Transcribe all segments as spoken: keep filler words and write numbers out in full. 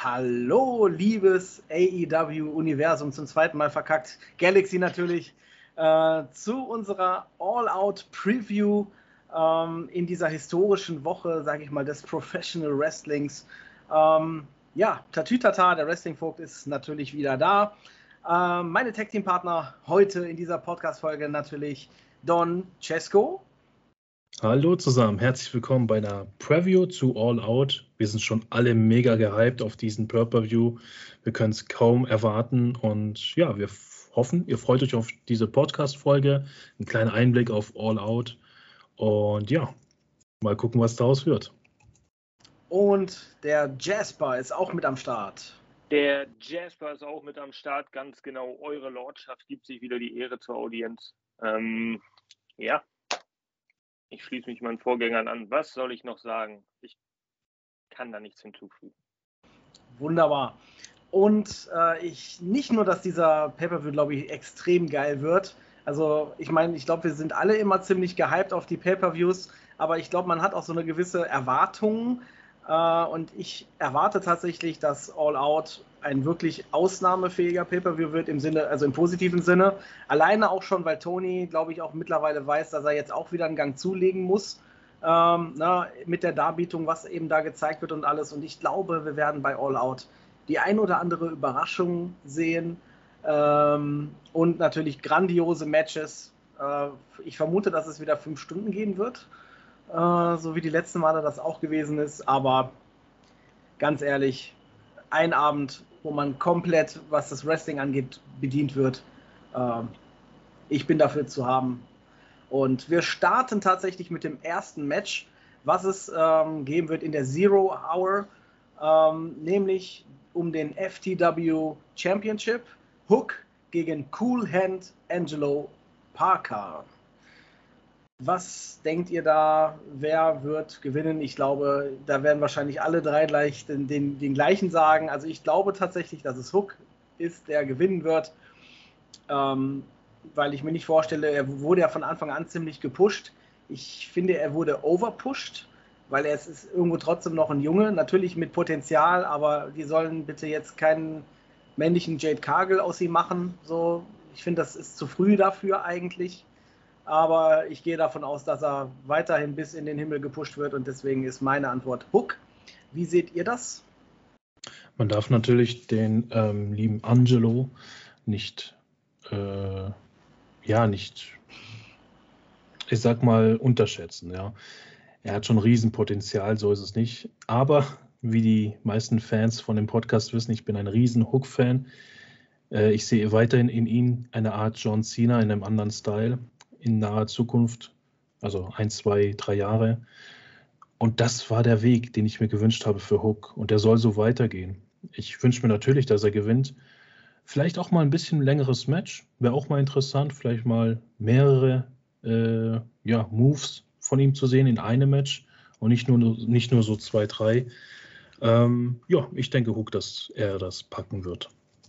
Hallo, liebes A E W-Universum, zum zweiten Mal verkackt. Galaxy natürlich, äh, zu unserer All-Out-Preview ähm, in dieser historischen Woche, sage ich mal, des Professional Wrestlings. Ähm, ja, Tatütata, der Wrestling-Vogt ist natürlich wieder da. Ähm, meine Tag-Team-Partner heute in dieser Podcast-Folge natürlich Don Cesco. Hallo zusammen, herzlich willkommen bei einer Preview zu All Out. Wir sind schon alle mega gehypt auf diesen Pay-Per-View. Wir können es kaum erwarten und ja, wir f- hoffen, ihr freut euch auf diese Podcast-Folge. Ein kleiner Einblick auf All Out und ja, mal gucken, was daraus wird. Und der Jasper ist auch mit am Start. Der Jasper ist auch mit am Start, ganz genau. Eure Lordschaft gibt sich wieder die Ehre zur Audienz. Ähm, ja, ich schließe mich meinen Vorgängern an. Was soll ich noch sagen? Ich kann da nichts hinzufügen. Wunderbar. Und äh, ich nicht nur, dass dieser Pay-Per-View, glaube ich, extrem geil wird. Also ich meine, ich glaube, wir sind alle immer ziemlich gehypt auf die Pay-Per-Views, aber ich glaube, man hat auch so eine gewisse Erwartung. Äh, und ich erwarte tatsächlich, dass All Out ein wirklich ausnahmefähiger Pay-Per-View wird, im Sinne, also im positiven Sinne. Alleine auch schon, weil Tony, glaube ich, auch mittlerweile weiß, dass er jetzt auch wieder einen Gang zulegen muss. Ähm, na, mit der Darbietung, was eben da gezeigt wird und alles. Und ich glaube, wir werden bei All Out die ein oder andere Überraschung sehen ähm, und natürlich grandiose Matches. Äh, ich vermute, dass es wieder fünf Stunden gehen wird, äh, so wie die letzten Male das auch gewesen ist. Aber ganz ehrlich, ein Abend, wo man komplett, was das Wrestling angeht, bedient wird. Äh, ich bin dafür zu haben. Und wir starten tatsächlich mit dem ersten Match, was es ähm, geben wird in der Zero Hour, ähm, nämlich um den F T W Championship. Hook gegen Cool Hand Angelo Parker. Was denkt ihr da? Wer wird gewinnen? Ich glaube, da werden wahrscheinlich alle drei gleich den, den, den gleichen sagen. Also ich glaube tatsächlich, dass es Hook ist, der gewinnen wird. Ähm, weil ich mir nicht vorstelle, er wurde ja von Anfang an ziemlich gepusht. Ich finde, er wurde overpushed, weil er ist irgendwo trotzdem noch ein Junge, natürlich mit Potenzial, aber die sollen bitte jetzt keinen männlichen Jade Cargill aus ihm machen. So, ich finde, das ist zu früh dafür eigentlich. Aber ich gehe davon aus, dass er weiterhin bis in den Himmel gepusht wird und deswegen ist meine Antwort Hook. Wie seht ihr das? Man darf natürlich den ähm, lieben Angelo nicht, äh, ja, nicht, ich sag mal, unterschätzen, ja. Er hat schon Riesenpotenzial, so ist es nicht. Aber wie die meisten Fans von dem Podcast wissen, ich bin ein riesen Hook-Fan. Äh, ich sehe weiterhin in ihm eine Art John Cena in einem anderen Style in naher Zukunft, also ein, zwei, drei Jahre. Und das war der Weg, den ich mir gewünscht habe für Hook. Und der soll so weitergehen. Ich wünsche mir natürlich, dass er gewinnt. Vielleicht auch mal ein bisschen längeres Match. Wäre auch mal interessant. Vielleicht mal mehrere äh, ja, Moves von ihm zu sehen in einem Match. Und nicht nur, nicht nur so zwei, drei. Ähm, ja, ich denke, Hook, dass er das packen wird.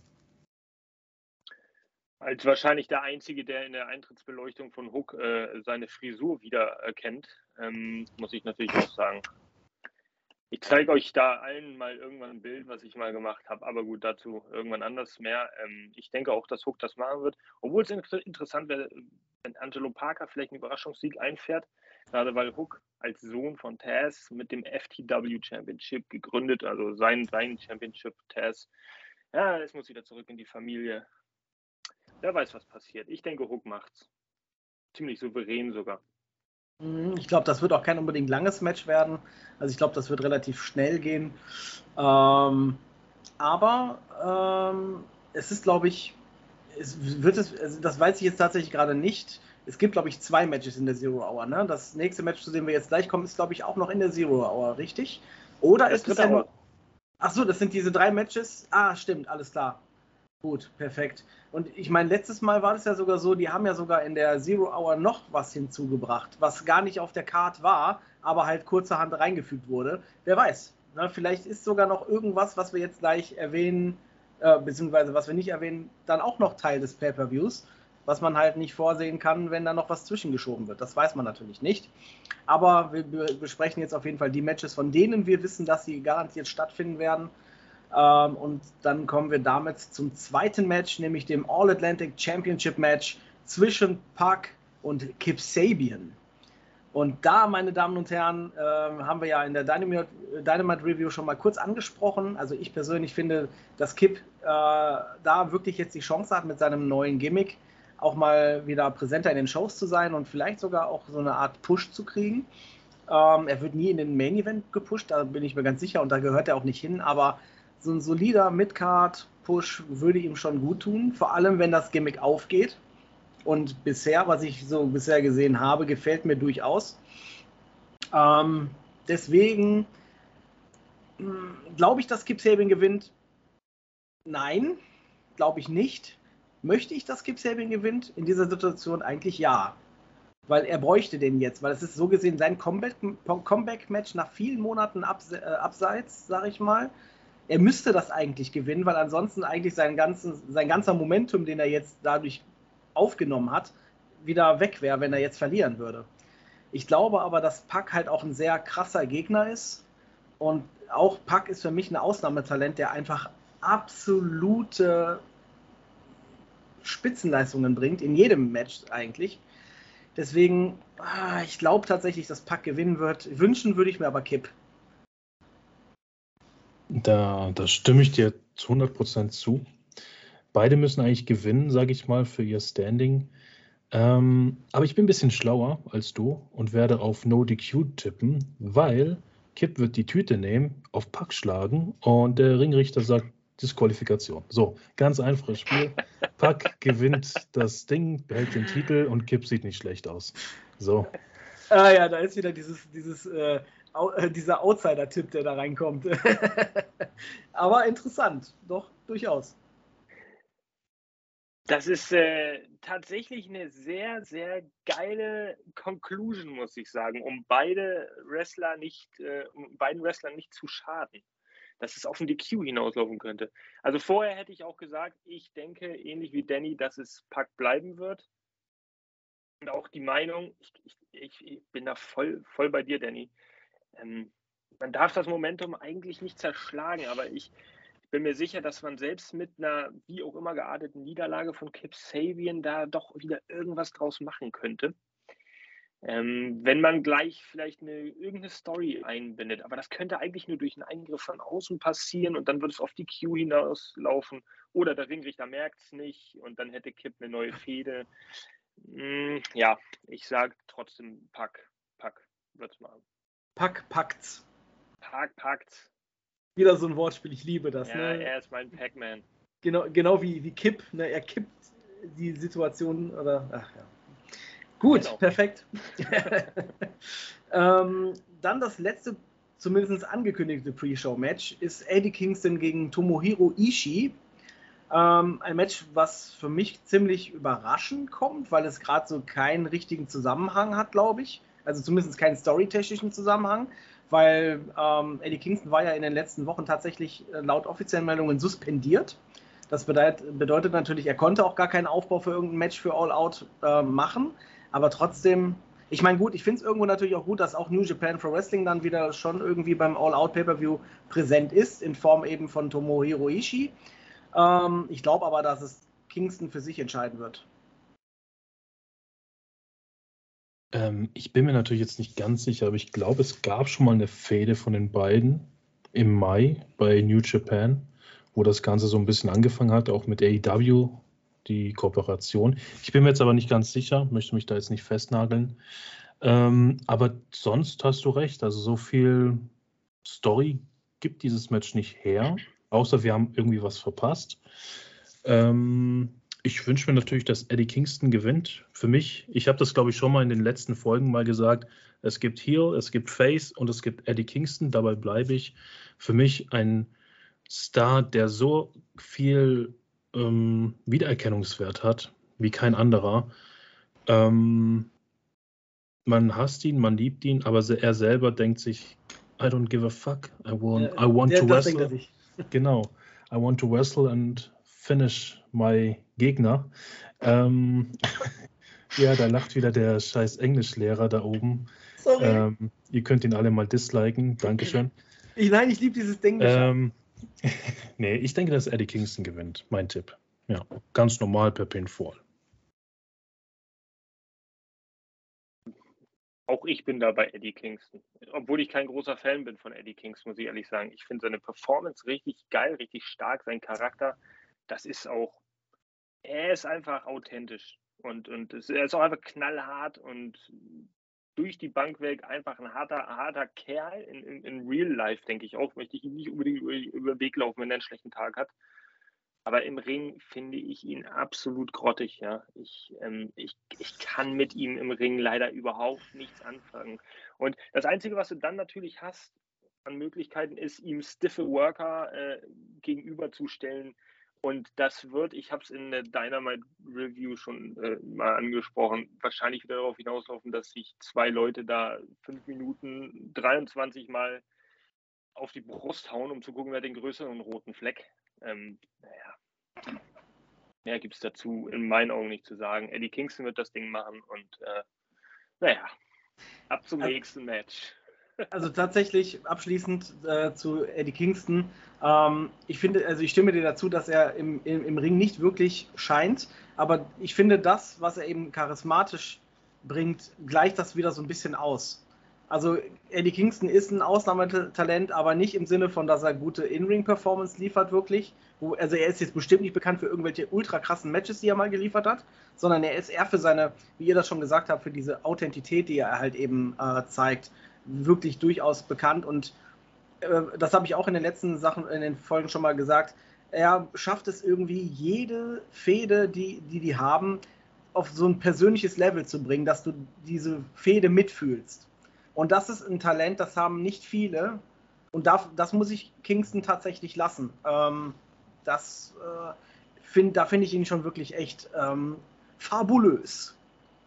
Als wahrscheinlich der Einzige, der in der Eintrittsbeleuchtung von Hook äh, seine Frisur wieder erkennt, ähm, muss ich natürlich auch sagen. Ich zeige euch da allen mal irgendwann ein Bild, was ich mal gemacht habe, aber gut, dazu irgendwann anders mehr. Ähm, ich denke auch, dass Hook das machen wird, obwohl es inter- interessant wäre, wenn Angelo Parker vielleicht einen Überraschungssieg einfährt, gerade weil Hook als Sohn von Taz mit dem F T W Championship gegründet, also sein, sein Championship Taz, ja, es muss wieder zurück in die Familie. Wer weiß, was passiert. Ich denke, Hook macht's. Ziemlich souverän sogar. Ich glaube, das wird auch kein unbedingt langes Match werden. Also ich glaube, das wird relativ schnell gehen. Ähm, aber ähm, es ist, glaube ich, es wird es, also das weiß ich jetzt tatsächlich gerade nicht. Es gibt, glaube ich, zwei Matches in der Zero Hour. Ne? Das nächste Match, zu dem wir jetzt gleich kommen, ist, glaube ich, auch noch in der Zero Hour, richtig? Oder Das ist es dritte ja nur. auch. Ach so, das sind diese drei Matches. Ah, stimmt, alles klar. Gut, perfekt. Und ich meine, letztes Mal war das ja sogar so, die haben ja sogar in der Zero Hour noch was hinzugebracht, was gar nicht auf der Card war, aber halt kurzerhand reingefügt wurde. Wer weiß, ne? Vielleicht ist sogar noch irgendwas, was wir jetzt gleich erwähnen, äh, beziehungsweise was wir nicht erwähnen, dann auch noch Teil des Pay-Per-Views, was man halt nicht vorsehen kann, wenn da noch was zwischengeschoben wird. Das weiß man natürlich nicht. Aber wir be- besprechen jetzt auf jeden Fall die Matches, von denen wir wissen, dass sie garantiert stattfinden werden. Ähm, und dann kommen wir damit zum zweiten Match, nämlich dem All-Atlantic Championship Match zwischen Pac und Kip Sabian. Und da, meine Damen und Herren, äh, haben wir ja in der Dynamite, Dynamite Review schon mal kurz angesprochen. Also ich persönlich finde, dass Kip äh, da wirklich jetzt die Chance hat, mit seinem neuen Gimmick auch mal wieder präsenter in den Shows zu sein und vielleicht sogar auch so eine Art Push zu kriegen. Ähm, er wird nie in den Main Event gepusht, da bin ich mir ganz sicher, und da gehört er auch nicht hin, aber so ein solider Midcard-Push würde ihm schon gut tun, vor allem wenn das Gimmick aufgeht. Und bisher, was ich so bisher gesehen habe, gefällt mir durchaus. Ähm, deswegen glaube ich, dass Kip Sabian gewinnt. Nein, glaube ich nicht. Möchte ich, dass Kip Sabian gewinnt? In dieser Situation eigentlich ja. Weil er bräuchte den jetzt, weil es ist so gesehen sein Comeback-Match nach vielen Monaten abse- äh, abseits, sage ich mal. Er müsste das eigentlich gewinnen, weil ansonsten eigentlich sein, ganzen, sein ganzer Momentum, den er jetzt dadurch aufgenommen hat, wieder weg wäre, wenn er jetzt verlieren würde. Ich glaube aber, dass Pac halt auch ein sehr krasser Gegner ist, und auch Pac ist für mich ein Ausnahmetalent, der einfach absolute Spitzenleistungen bringt, in jedem Match eigentlich. Deswegen, ah, ich glaube tatsächlich, dass Pac gewinnen wird. Wünschen würde ich mir aber Kip. Da, da stimme ich dir zu hundert Prozent zu. Beide müssen eigentlich gewinnen, sage ich mal, für ihr Standing. Ähm, aber ich bin ein bisschen schlauer als du und werde auf No D Q tippen, weil Kip wird die Tüte nehmen, auf Pac schlagen und der Ringrichter sagt Disqualifikation. So, ganz einfaches Spiel. Pac gewinnt das Ding, behält den Titel und Kip sieht nicht schlecht aus. So. Ah ja, da ist wieder dieses, dieses, äh, äh, dieser Outsider-Tipp, der da reinkommt. Aber interessant, doch, durchaus. Das ist äh, tatsächlich eine sehr, sehr geile Conclusion, muss ich sagen, um beide Wrestler nicht, äh, um beiden Wrestlern nicht zu schaden, dass es auf den D Q hinauslaufen könnte. Also vorher hätte ich auch gesagt, ich denke, ähnlich wie Danny, dass es Pac bleiben wird. Und auch die Meinung, ich, ich, ich bin da voll, voll bei dir, Danny. Ähm, man darf das Momentum eigentlich nicht zerschlagen, aber ich bin mir sicher, dass man selbst mit einer wie auch immer gearteten Niederlage von Kip Sabian da doch wieder irgendwas draus machen könnte. Ähm, wenn man gleich vielleicht eine, irgendeine Story einbindet. Aber das könnte eigentlich nur durch einen Eingriff von außen passieren und dann wird es auf die Q hinauslaufen. Oder der Ringrichter merkt es nicht und dann hätte Kip eine neue Fehde. Hm, ja, ich sage trotzdem Pac. Pac wird's machen. Pac packt's. Pac packt's. Wieder so ein Wortspiel, ich liebe das. Ja, ne? er ist mein Pac-Man. Genau, genau wie, wie Kip, ne? Er kippt die Situation, oder, ach ja. Gut, genau. Perfekt. ähm, dann das letzte, zumindest angekündigte Pre-Show-Match ist Eddie Kingston gegen Tomohiro Ishii. Ähm, ein Match, was für mich ziemlich überraschend kommt, weil es gerade so keinen richtigen Zusammenhang hat, glaube ich. Also zumindest keinen storytechnischen Zusammenhang, weil ähm, Eddie Kingston war ja in den letzten Wochen tatsächlich äh, laut offiziellen Meldungen suspendiert. Das bedeutet, bedeutet natürlich, er konnte auch gar keinen Aufbau für irgendein Match für All Out äh, machen. Aber trotzdem, ich meine gut, ich finde es irgendwo natürlich auch gut, dass auch New Japan Pro Wrestling dann wieder schon irgendwie beim All Out Pay-Per-View präsent ist, in Form eben von Tomohiro Ishii. Ähm, ich glaube aber, dass es Kingston für sich entscheiden wird. Ähm, ich bin mir natürlich jetzt nicht ganz sicher, aber ich glaube, es gab schon mal eine Fehde von den beiden im Mai bei New Japan, wo das Ganze so ein bisschen angefangen hat, auch mit A E W, die Kooperation. Ich bin mir jetzt aber nicht ganz sicher, möchte mich da jetzt nicht festnageln. Ähm, aber sonst hast du recht, also so viel Story gibt dieses Match nicht her, außer wir haben irgendwie was verpasst. Ähm, ich wünsche mir natürlich, dass Eddie Kingston gewinnt. Für mich, ich habe das glaube ich schon mal in den letzten Folgen mal gesagt, es gibt Heel, es gibt Face und es gibt Eddie Kingston, dabei bleibe ich. Für mich ein Star, der so viel ähm, Wiedererkennungswert hat, wie kein anderer. Ähm, man hasst ihn, man liebt ihn, aber er selber denkt sich, I don't give a fuck, I want, I want der, to das wrestle. denkt er sich. Genau, I want to wrestle and finish my Gegner. Ähm, ja, da lacht wieder der scheiß Englischlehrer da oben. Sorry. Ähm, ihr könnt ihn alle mal disliken, Dankeschön. Ich, nein, ich liebe dieses Ding. Ähm, Nee, ich denke, dass Eddie Kingston gewinnt. Mein Tipp. Ja, ganz normal per Pinfall. Auch ich bin da bei Eddie Kingston. Obwohl ich kein großer Fan bin von Eddie Kingston, muss ich ehrlich sagen. Ich finde seine Performance richtig geil, richtig stark, sein Charakter. Das ist auch, er ist einfach authentisch. Und, und es, er ist auch einfach knallhart und durch die Bank weg einfach ein harter, harter Kerl. In, in, in Real Life, denke ich auch, möchte ich ihm nicht unbedingt über, über den Weg laufen, wenn er einen schlechten Tag hat. Aber im Ring finde ich ihn absolut grottig. Ja. Ich, ähm, ich, ich kann mit ihm im Ring leider überhaupt nichts anfangen. Und das Einzige, was du dann natürlich hast an Möglichkeiten, ist, ihm stiffe Worker äh, gegenüberzustellen. Und das wird, ich habe es in der Dynamite Review schon äh, mal angesprochen, wahrscheinlich wieder darauf hinauslaufen, dass sich zwei Leute da fünf Minuten dreiundzwanzig Mal auf die Brust hauen, um zu gucken, wer den größeren roten Fleck. Ähm, naja, mehr gibt es dazu in meinen Augen nicht zu sagen. Eddie Kingston wird das Ding machen und äh, naja, ab zum also, nächsten Match. Also tatsächlich abschließend äh, zu Eddie Kingston. Ähm, ich finde, also ich stimme dir dazu, dass er im, im, im Ring nicht wirklich scheint, aber ich finde das, was er eben charismatisch bringt, gleicht das wieder so ein bisschen aus. Also Eddie Kingston ist ein Ausnahmetalent, aber nicht im Sinne von, dass er gute In-Ring-Performance liefert wirklich. Wo, also er ist jetzt bestimmt nicht bekannt für irgendwelche ultra krassen Matches, die er mal geliefert hat, sondern er ist eher für seine, wie ihr das schon gesagt habt, für diese Authentität, die er halt eben äh, zeigt, wirklich durchaus bekannt. Und äh, das habe ich auch in den letzten Sachen, in den Folgen schon mal gesagt. Er schafft es irgendwie, jede Fehde, die die, die haben, auf so ein persönliches Level zu bringen, dass du diese Fehde mitfühlst. Und das ist ein Talent, das haben nicht viele. Und da, das muss ich Kingston tatsächlich lassen. Ähm, das äh, find, da finde ich ihn schon wirklich echt ähm, fabulös.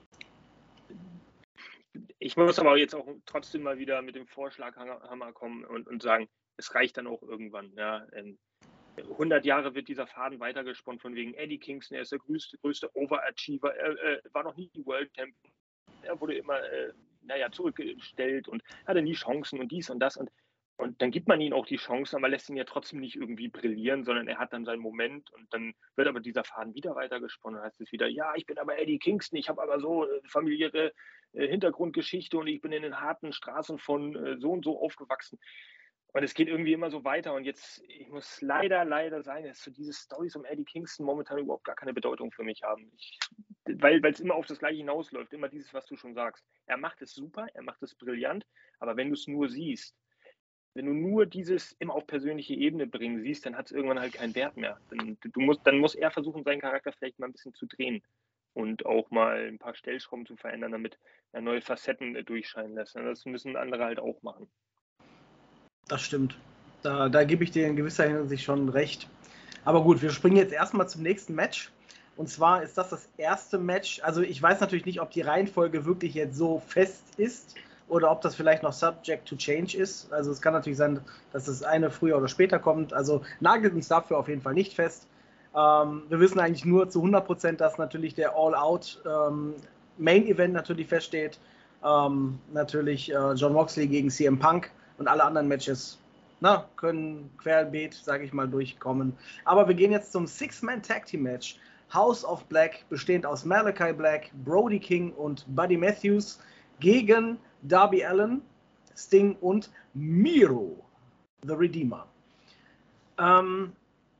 Ich muss aber jetzt auch trotzdem mal wieder mit dem Vorschlaghammer kommen und, und sagen, es reicht dann auch irgendwann. Ja. hundert Jahre wird dieser Faden weitergesponnen von wegen Eddie Kingston, er ist der größte, größte Overachiever, er äh, war noch nie World Champion, er wurde immer äh, naja, zurückgestellt und hatte nie Chancen und dies und das und, und dann gibt man ihm auch die Chancen, aber lässt ihn ja trotzdem nicht irgendwie brillieren, sondern er hat dann seinen Moment und dann wird aber dieser Faden wieder weitergesponnen und heißt es wieder, ja, ich bin aber Eddie Kingston, ich habe aber so äh, familiäre äh, Hintergrundgeschichte und ich bin in den harten Straßen von äh, so und so aufgewachsen. Und es geht irgendwie immer so weiter. Und jetzt, ich muss leider, leider sagen, dass so diese Storys um Eddie Kingston momentan überhaupt gar keine Bedeutung für mich haben. Ich, weil es immer auf das Gleiche hinausläuft. Immer dieses, was du schon sagst. Er macht es super, er macht es brillant. Aber wenn du es nur siehst, wenn du nur dieses immer auf persönliche Ebene bringen siehst, dann hat es irgendwann halt keinen Wert mehr. Dann, du musst, dann muss er versuchen, seinen Charakter vielleicht mal ein bisschen zu drehen. Und auch mal ein paar Stellschrauben zu verändern, damit er neue Facetten durchscheinen lässt. Das müssen andere halt auch machen. Das stimmt. Da, da gebe ich dir in gewisser Hinsicht schon recht. Aber gut, wir springen jetzt erstmal zum nächsten Match. Und zwar ist das das erste Match. Also ich weiß natürlich nicht, ob die Reihenfolge wirklich jetzt so fest ist oder ob das vielleicht noch subject to change ist. Also es kann natürlich sein, dass das eine früher oder später kommt. Also nagelt uns dafür auf jeden Fall nicht fest. Ähm, wir wissen eigentlich nur zu hundert Prozent, dass natürlich der All-Out ähm, Main-Event natürlich feststeht. Ähm, natürlich äh, John Moxley gegen C M Punk. Und alle anderen Matches na, können querbeet, sage ich mal, durchkommen. Aber wir gehen jetzt zum Six-Man-Tag-Team-Match. House of Black, bestehend aus Malachi Black, Brody King und Buddy Matthews gegen Darby Allin, Sting und Miro, The Redeemer. Ähm,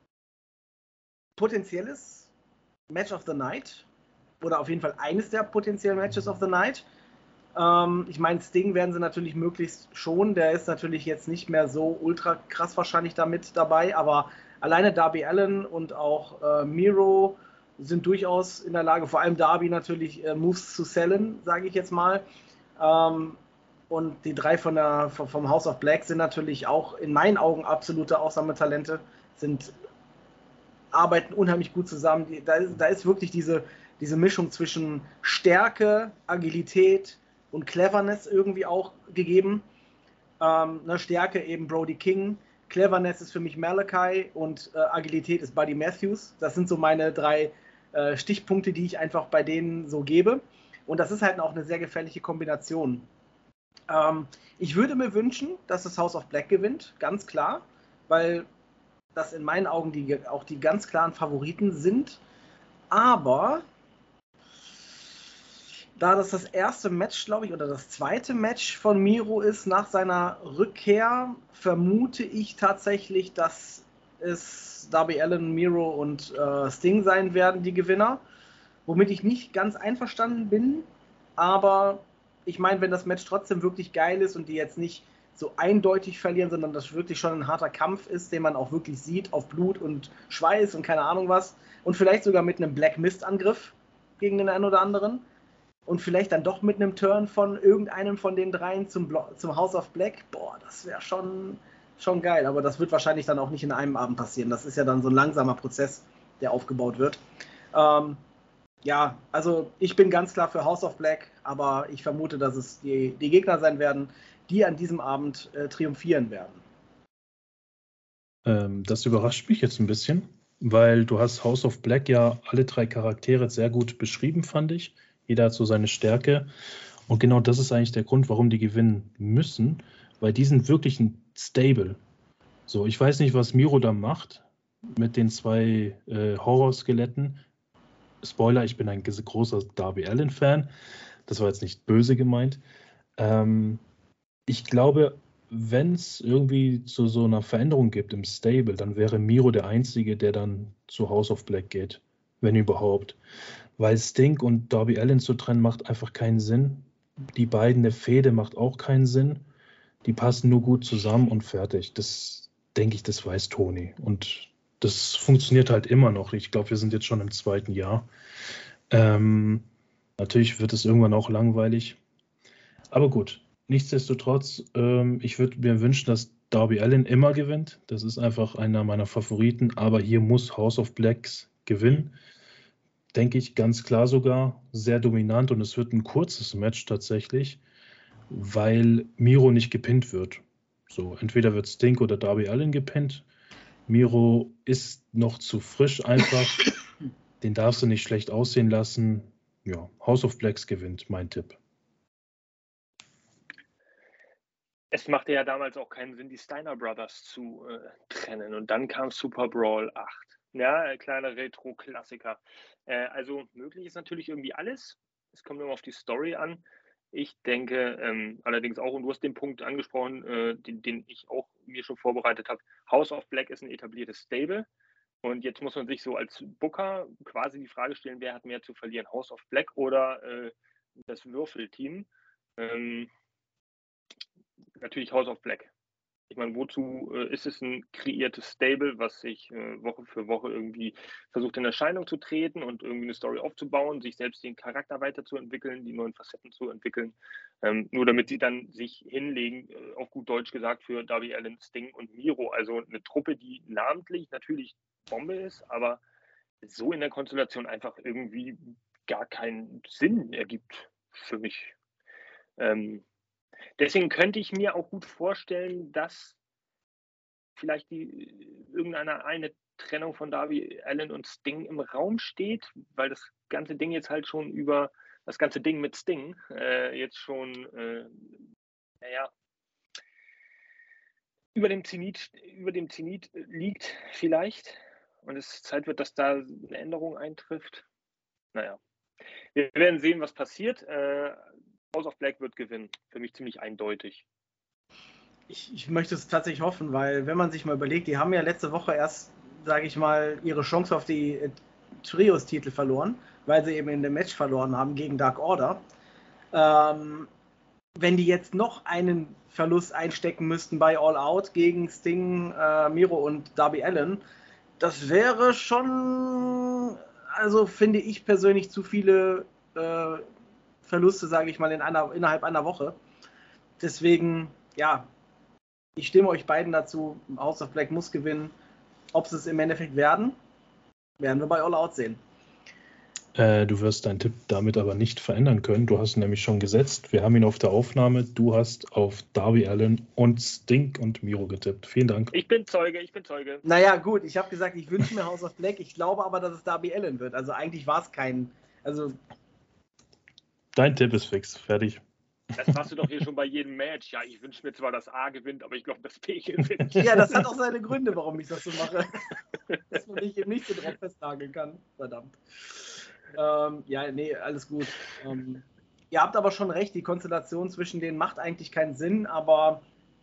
potenzielles Match of the Night oder auf jeden Fall eines der potenziellen Matches of the Night. Ich meine, Sting werden sie natürlich möglichst schonen. Der ist natürlich jetzt nicht mehr so ultra krass wahrscheinlich damit dabei, aber alleine Darby Allin und auch äh, Miro sind durchaus in der Lage, vor allem Darby natürlich äh, Moves zu sellen, sage ich jetzt mal. Ähm, und die drei von der, vom House of Black sind natürlich auch in meinen Augen absolute Ausnahmetalente, sind, arbeiten unheimlich gut zusammen. Die, da, ist, da ist wirklich diese, diese Mischung zwischen Stärke, Agilität und Cleverness irgendwie auch gegeben. Ähm, eine Stärke eben Brody King, Cleverness ist für mich Malachi und äh, Agilität ist Buddy Matthews. Das sind so meine drei äh, Stichpunkte, die ich einfach bei denen so gebe. Und das ist halt auch eine sehr gefährliche Kombination. Ähm, ich würde mir wünschen, dass das House of Black gewinnt, ganz klar, weil das in meinen Augen die, auch die ganz klaren Favoriten sind. Aber da das das erste Match, glaube ich, oder das zweite Match von Miro ist nach seiner Rückkehr, vermute ich tatsächlich, dass es Darby Allin, Miro und äh, Sting sein werden, die Gewinner. Womit ich nicht ganz einverstanden bin. Aber ich meine, wenn das Match trotzdem wirklich geil ist und die jetzt nicht so eindeutig verlieren, sondern das wirklich schon ein harter Kampf ist, den man auch wirklich sieht auf Blut und Schweiß und keine Ahnung was. Und vielleicht sogar mit einem Black Mist-Angriff gegen den einen oder anderen. Und vielleicht dann doch mit einem Turn von irgendeinem von den dreien zum, Blo- zum House of Black. Boah, das wäre schon, schon geil. Aber das wird wahrscheinlich dann auch nicht in einem Abend passieren. Das ist ja dann so ein langsamer Prozess, der aufgebaut wird. Ähm, ja, also ich bin ganz klar für House of Black, aber ich vermute, dass es die, die Gegner sein werden, die an diesem Abend äh, triumphieren werden. Ähm, das überrascht mich jetzt ein bisschen, weil du hast House of Black ja alle drei Charaktere sehr gut beschrieben, fand ich. Jeder hat so seine Stärke. Und genau das ist eigentlich der Grund, warum die gewinnen müssen, weil die sind wirklich ein Stable. So, ich weiß nicht, was Miro da macht mit den zwei äh, Horrorskeletten. Spoiler, ich bin ein großer Darby Allin-Fan. Das war jetzt nicht böse gemeint. Ähm, ich glaube, wenn es irgendwie zu so einer Veränderung gibt im Stable, dann wäre Miro der Einzige, der dann zu House of Black geht, wenn überhaupt. Weil Sting und Darby Allin zu trennen macht einfach keinen Sinn. Die beiden, der Fehde macht auch keinen Sinn. Die passen nur gut zusammen und fertig. Das denke ich, das weiß Tony. Und das funktioniert halt immer noch. Ich glaube, wir sind jetzt schon im zweiten Jahr. Ähm, natürlich wird es irgendwann auch langweilig. Aber gut, nichtsdestotrotz, ähm, ich würde mir wünschen, dass Darby Allin immer gewinnt. Das ist einfach einer meiner Favoriten. Aber hier muss House of Blacks gewinnen. Denke ich, ganz klar sogar, sehr dominant und es wird ein kurzes Match tatsächlich, weil Miro nicht gepinnt wird. So, entweder wird Sting oder Darby Allin gepinnt. Miro ist noch zu frisch einfach. Den darfst du nicht schlecht aussehen lassen. Ja, House of Blacks gewinnt, mein Tipp. Es machte ja damals auch keinen Sinn, die Steiner Brothers zu äh, trennen. Und dann kam Super Brawl acht. Ja, ein kleiner Retro-Klassiker. Äh, also möglich ist natürlich irgendwie alles. Es kommt immer auf die Story an. Ich denke ähm, allerdings auch, und du hast den Punkt angesprochen, äh, den, den ich auch mir schon vorbereitet habe, House of Black ist ein etabliertes Stable. Und jetzt muss man sich so als Booker quasi die Frage stellen, wer hat mehr zu verlieren, House of Black oder äh, das Würfelteam? Ähm, natürlich House of Black. Ich meine, wozu äh, ist es ein kreiertes Stable, was sich äh, Woche für Woche irgendwie versucht in Erscheinung zu treten und irgendwie eine Story aufzubauen, sich selbst den Charakter weiterzuentwickeln, die neuen Facetten zu entwickeln, ähm, nur damit sie dann sich hinlegen, äh, auf gut Deutsch gesagt, für Darby Allin, Sting und Miro. Also eine Truppe, die namentlich natürlich Bombe ist, aber so in der Konstellation einfach irgendwie gar keinen Sinn ergibt für mich. Ähm, Deswegen könnte ich mir auch gut vorstellen, dass vielleicht die, irgendeine eine Trennung von Darby Allin und Sting im Raum steht, weil das ganze Ding jetzt halt schon über das ganze Ding mit Sting äh, jetzt schon, äh, naja, über dem Zenit, über dem Zenit liegt vielleicht und es Zeit wird, dass da eine Änderung eintrifft. Naja, wir werden sehen, was passiert. Äh, House of Black wird gewinnen. Für mich ziemlich eindeutig. Ich, ich möchte es tatsächlich hoffen, weil wenn man sich mal überlegt, die haben ja letzte Woche erst, sage ich mal, ihre Chance auf die äh, Trios-Titel verloren, weil sie eben in dem Match verloren haben gegen Dark Order. Ähm, wenn die jetzt noch einen Verlust einstecken müssten bei All Out gegen Sting, äh, Miro und Darby Allin, das wäre schon, also finde ich persönlich, zu viele äh, Verluste, sage ich mal, in einer, innerhalb einer Woche. Deswegen, ja, ich stimme euch beiden dazu, House of Black muss gewinnen. Ob sie es im Endeffekt werden, werden wir bei All Out sehen. Äh, du wirst deinen Tipp damit aber nicht verändern können. Du hast ihn nämlich schon gesetzt. Wir haben ihn auf der Aufnahme. Du hast auf Darby Allin und Sting und Miro getippt. Vielen Dank. Ich bin Zeuge, ich bin Zeuge. Naja, gut, ich habe gesagt, ich wünsche mir House of Black. Ich glaube aber, dass es Darby Allin wird. Also eigentlich war es kein. Also Dein Tipp ist fix. Fertig. Das machst du doch hier schon bei jedem Match. Ja, ich wünsche mir zwar, dass A gewinnt, aber ich glaube, dass B gewinnt. Ja, das hat auch seine Gründe, warum ich das so mache. Dass man mich eben nicht so drauf festnageln kann. Verdammt. Ähm, ja, nee, alles gut. Ähm, ihr habt aber schon recht, die Konstellation zwischen denen macht eigentlich keinen Sinn, aber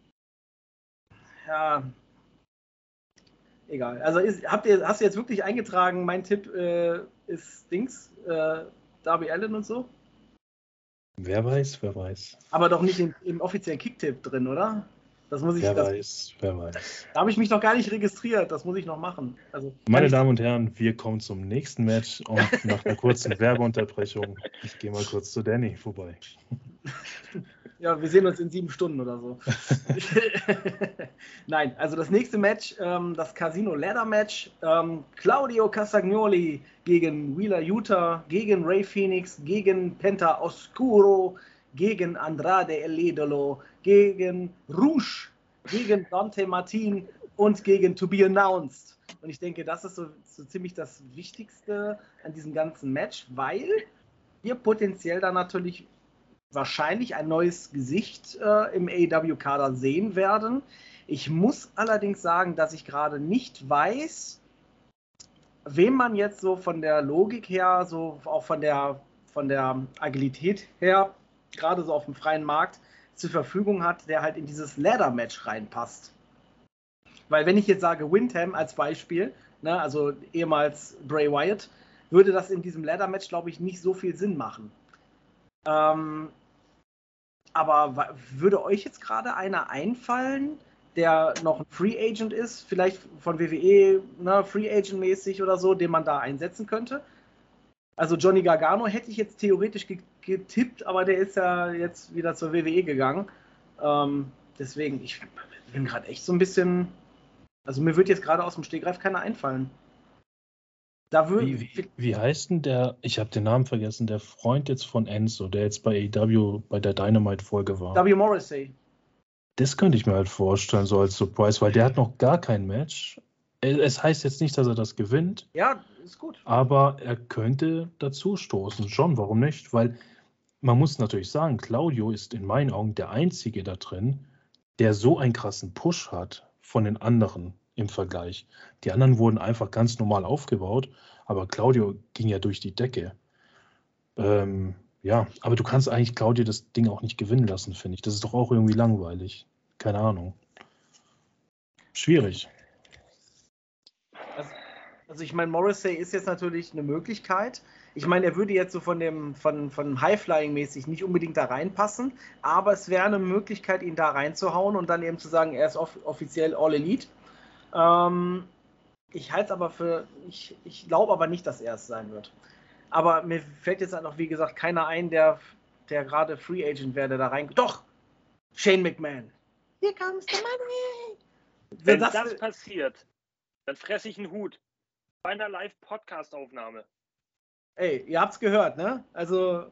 ja, egal. Also ist, habt ihr, hast du jetzt wirklich eingetragen, mein Tipp äh, ist Dings, äh, Darby Allin und so? Wer weiß, wer weiß. Aber doch nicht im, im offiziellen Kicktipp drin, oder? Das muss ich. Wer das, weiß, wer weiß. Da habe ich mich noch gar nicht registriert. Das muss ich noch machen. Also, Meine ich, Damen und Herren, wir kommen zum nächsten Match und nach einer kurzen Werbeunterbrechung, ich gehe mal kurz zu Danny vorbei. Ja, wir sehen uns in sieben Stunden oder so. Nein, also das nächste Match, ähm, das Casino Ladder Match, ähm, Claudio Castagnoli gegen Wheeler Yuta, gegen Ray Phoenix, gegen Penta Oscuro, gegen Andrade El Idolo, gegen Rouge, gegen Dante Martin und gegen To Be Announced. Und ich denke, das ist so, so ziemlich das Wichtigste an diesem ganzen Match, weil wir potenziell da natürlich wahrscheinlich ein neues Gesicht äh, im A E W-Kader sehen werden. Ich muss allerdings sagen, dass ich gerade nicht weiß, wem man jetzt so von der Logik her, so auch von der, von der Agilität her, gerade so auf dem freien Markt zur Verfügung hat, der halt in dieses Ladder-Match reinpasst. Weil wenn ich jetzt sage Windham als Beispiel, ne, also ehemals Bray Wyatt, würde das in diesem Ladder-Match, glaube ich, nicht so viel Sinn machen. Ähm, Aber würde euch jetzt gerade einer einfallen, der noch ein Free Agent ist, vielleicht von W W E, ne, Free Agent mäßig oder so, den man da einsetzen könnte? Also Johnny Gargano hätte ich jetzt theoretisch getippt, aber der ist ja jetzt wieder zur W W E gegangen. Ähm, deswegen, ich bin gerade echt so ein bisschen, also mir wird jetzt gerade aus dem Stegreif keiner einfallen. Da Wie, wie, wie heißt denn der, ich habe den Namen vergessen, der Freund jetzt von Enzo, der jetzt bei A E W bei der Dynamite-Folge war. W. Morrissey. Das könnte ich mir halt vorstellen, so als Surprise, weil der hat noch gar kein Match. Es heißt jetzt nicht, dass er das gewinnt. Ja, ist gut. Aber er könnte dazu stoßen. Schon, warum nicht? Weil man muss natürlich sagen, Claudio ist in meinen Augen der Einzige da drin, der so einen krassen Push hat von den anderen im Vergleich. Die anderen wurden einfach ganz normal aufgebaut, aber Claudio ging ja durch die Decke. Ähm, ja, aber du kannst eigentlich Claudio das Ding auch nicht gewinnen lassen, finde ich. Das ist doch auch irgendwie langweilig. Keine Ahnung. Schwierig. Also, also ich meine, Morrissey ist jetzt natürlich eine Möglichkeit. Ich meine, er würde jetzt so von dem von, von High-Flying-mäßig nicht unbedingt da reinpassen, aber es wäre eine Möglichkeit, ihn da reinzuhauen und dann eben zu sagen, er ist off- offiziell All Elite. Ähm, ich halte es aber für, ich, ich glaube aber nicht, dass er es sein wird. Aber mir fällt jetzt halt noch, wie gesagt, keiner ein, der, der gerade Free Agent wäre, der da rein. Doch! Shane McMahon. Here comes the money! Wenn das, das passiert, dann fresse ich einen Hut. Bei einer Live-Podcast-Aufnahme. Ey, ihr habt's gehört, ne? Also.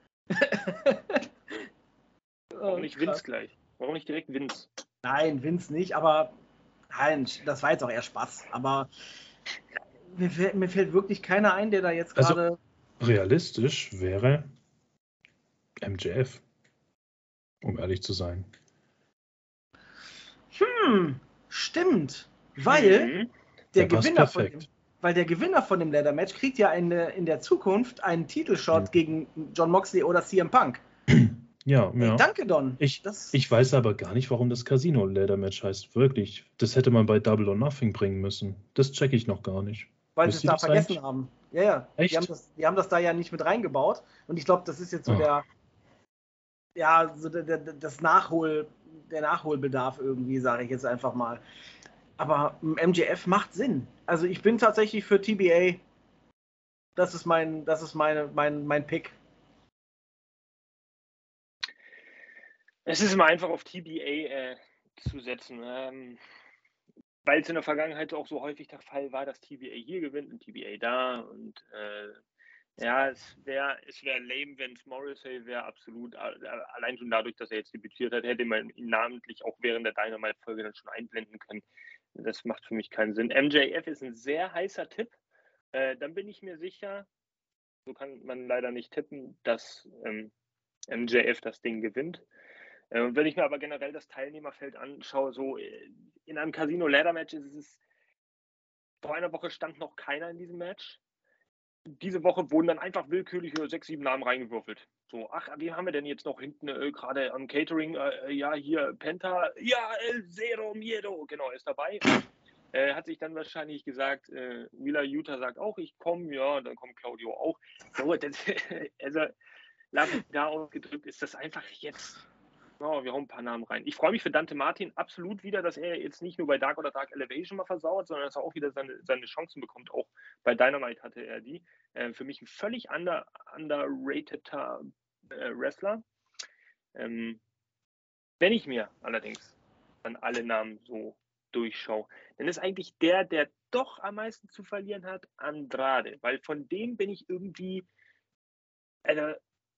Warum nicht Vince gleich? Warum nicht direkt Vince? Nein, Vince nicht, aber nein, das war jetzt auch eher Spaß. Aber mir, fällt- mir fällt wirklich keiner ein, der da jetzt Also- gerade. Realistisch wäre M J F, um ehrlich zu sein. Hm, stimmt. Weil Mhm. der Der passt Gewinner von dem, perfekt. weil der Gewinner von dem Ladder Match kriegt ja eine, in der Zukunft einen Titelshot Mhm. gegen John Moxley oder C M Punk. Ja, Ey, ja. danke, Don. Ich, Das, ich weiß aber gar nicht, warum das Casino Ladder Match heißt. Wirklich. Das hätte man bei Double or Nothing bringen müssen. Das checke ich noch gar nicht. weil Wisst sie es ihr da das vergessen eigentlich? haben. Ja, ja. Echt? Die haben, das, die haben das da ja nicht mit reingebaut. Und ich glaube, das ist jetzt so Oh. der, ja, so der, der, das Nachhol, der Nachholbedarf irgendwie, sage ich jetzt einfach mal. Aber M J F macht Sinn. Also ich bin tatsächlich für T B A. Das ist mein, das ist meine, mein, mein Pick. Es ist immer einfach auf T B A äh, zu setzen, ähm, weil es in der Vergangenheit auch so häufig der Fall war, dass T B A hier gewinnt und T B A da. Und äh, ja, es wäre es wär lame, wenn es Morrissey wäre, absolut. Allein schon dadurch, dass er jetzt debütiert hat, hätte man ihn namentlich auch während der Dynamite-Folge dann schon einblenden können. Das macht für mich keinen Sinn. M J F ist ein sehr heißer Tipp. Äh, dann bin ich mir sicher, so kann man leider nicht tippen, dass ähm, M J F das Ding gewinnt. Und wenn ich mir aber generell das Teilnehmerfeld anschaue, so in einem Casino-Ladder-Match ist es, vor einer Woche stand noch keiner in diesem Match. Diese Woche wurden dann einfach willkürlich sechs, sieben Namen reingewürfelt. So, ach, wen haben wir denn jetzt noch hinten äh, gerade am Catering? Äh, ja, hier Penta, ja, El Zero Miedo, genau, ist dabei. Äh, hat sich dann wahrscheinlich gesagt, äh, Wheeler Utah sagt auch, ich komme, ja, dann kommt Claudio auch. So, das, also, lapidar ausgedrückt ist das einfach jetzt. Oh, wir hauen ein paar Namen rein. Ich freue mich für Dante Martin absolut wieder, dass er jetzt nicht nur bei Dark oder Dark Elevation mal versauert, sondern dass er auch wieder seine, seine Chancen bekommt. Auch bei Dynamite hatte er die. Äh, für mich ein völlig under, underrateder äh, Wrestler. Ähm, wenn ich mir allerdings dann alle Namen so durchschaue, dann ist eigentlich der, der doch am meisten zu verlieren hat, Andrade. Weil von dem bin ich irgendwie, also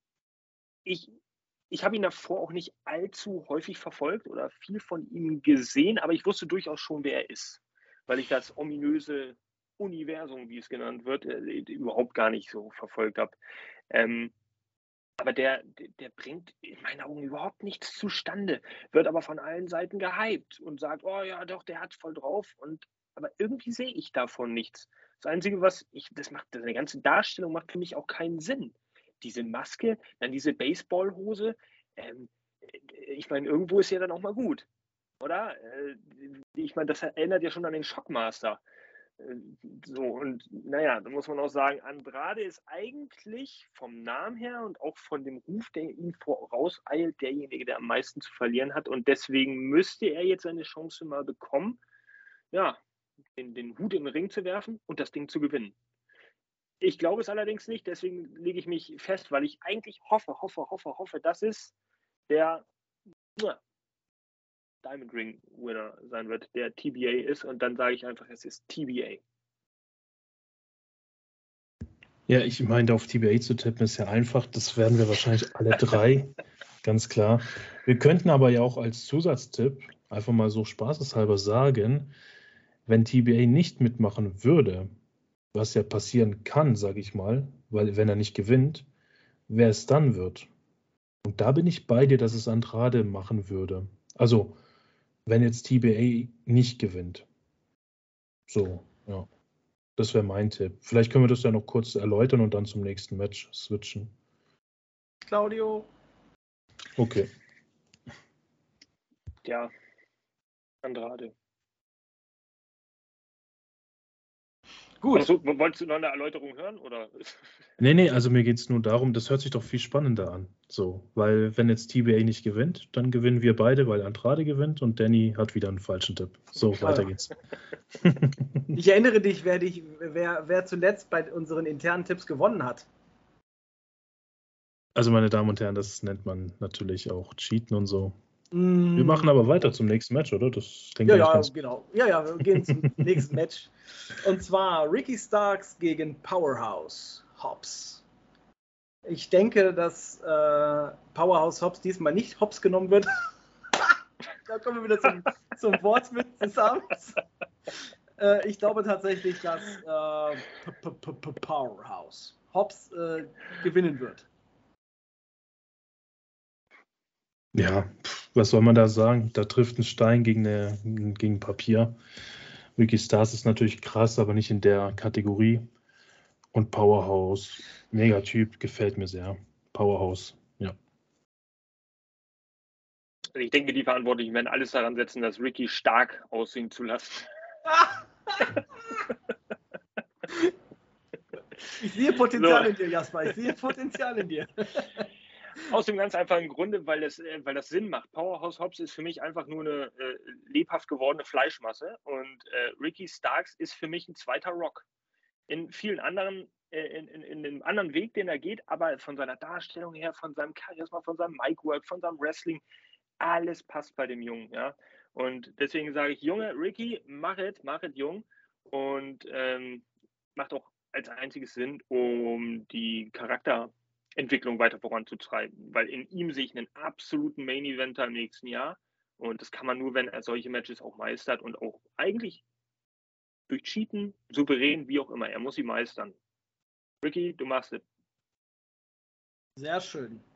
ich, Ich habe ihn davor auch nicht allzu häufig verfolgt oder viel von ihm gesehen, aber ich wusste durchaus schon, wer er ist, weil ich das ominöse Universum, wie es genannt wird, äh, überhaupt gar nicht so verfolgt habe. Ähm, aber der, der, der bringt in meinen Augen überhaupt nichts zustande, wird aber von allen Seiten gehypt und sagt, oh ja, doch, der hat voll drauf. Und aber irgendwie sehe ich davon nichts. Das Einzige, was ich, das macht, seine ganze Darstellung macht für mich auch keinen Sinn. Diese Maske, dann diese Baseballhose. Ähm, ich meine, irgendwo ist ja dann auch mal gut, oder? Äh, ich meine, das erinnert ja schon an den Shockmaster. Äh, so, und naja, da muss man auch sagen, Andrade ist eigentlich vom Namen her und auch von dem Ruf, der ihn vorauseilt, derjenige, der am meisten zu verlieren hat. Und deswegen müsste er jetzt seine Chance mal bekommen, ja, den, den Hut in den Ring zu werfen und das Ding zu gewinnen. Ich glaube es allerdings nicht, deswegen lege ich mich fest, weil ich eigentlich hoffe, hoffe, hoffe, hoffe, dass es der ja, Diamond Ring Winner sein wird, der T B A ist und dann sage ich einfach, es ist T B A. Ja, ich meine, auf T B A zu tippen ist ja einfach, das werden wir wahrscheinlich alle drei, ganz klar. Wir könnten aber ja auch als Zusatztipp einfach mal so spaßeshalber sagen, wenn T B A nicht mitmachen würde, was ja passieren kann, sage ich mal, weil wenn er nicht gewinnt, wer es dann wird. Und da bin ich bei dir, dass es Andrade machen würde. Also, wenn jetzt T B A nicht gewinnt. So, ja. Das wäre mein Tipp. Vielleicht können wir das ja noch kurz erläutern und dann zum nächsten Match switchen. Claudio. Okay. Ja, Andrade. Gut. Achso, wolltest du noch eine Erläuterung hören? Oder? Nee, nee, also mir geht es nur darum, das hört sich doch viel spannender an. So, weil wenn jetzt T B A nicht gewinnt, dann gewinnen wir beide, weil Andrade gewinnt und Danny hat wieder einen falschen Tipp. So, Ja. weiter geht's. Ich erinnere dich, wer, dich wer, wer zuletzt bei unseren internen Tipps gewonnen hat. Also meine Damen und Herren, das nennt man natürlich auch Cheaten und so. Mm. Wir machen aber weiter zum nächsten Match, oder? Das klingt Ja, eigentlich ja, ganz genau. Ja, ja, wir gehen zum nächsten Match. Und zwar Ricky Starks gegen Powerhouse Hobbs. Ich denke, dass äh, Powerhouse Hobbs diesmal nicht Hobbs genommen wird. Da kommen wir wieder zum, zum Wortwitz des Abends. Äh, ich glaube tatsächlich, dass äh, Powerhouse Hobbs äh, gewinnen wird. Ja, was soll man da sagen? Da trifft ein Stein gegen, eine, gegen Papier. Ricky Stars ist natürlich krass, aber nicht in der Kategorie. Und Powerhouse, mega Typ, gefällt mir sehr. Powerhouse, ja. Ich denke, die Verantwortlichen werden alles daran setzen, das Ricky stark aussehen zu lassen. Ich sehe Potenzial so. in dir, Jasper. Ich sehe Potenzial in dir. Aus dem ganz einfachen Grunde, weil das, weil das Sinn macht. Powerhouse Hobbs ist für mich einfach nur eine äh, lebhaft gewordene Fleischmasse und äh, Ricky Starks ist für mich ein zweiter Rock. In vielen anderen, äh, in, in, in einem anderen Weg, den er geht, aber von seiner Darstellung her, von seinem Charisma, von seinem Micwork, von seinem Wrestling, alles passt bei dem Jungen, ja. Und deswegen sage ich, Junge, Ricky, mach es, mach es, Jung. Und ähm, macht auch als einziges Sinn, um die Charakterentwicklung weiter voranzutreiben. Weil in ihm sehe ich einen absoluten Main-Eventer im nächsten Jahr. Und das kann man nur, wenn er solche Matches auch meistert und auch eigentlich durch Cheaten, souverän, wie auch immer. Er muss sie meistern. Ricky, du machst es. Sehr schön.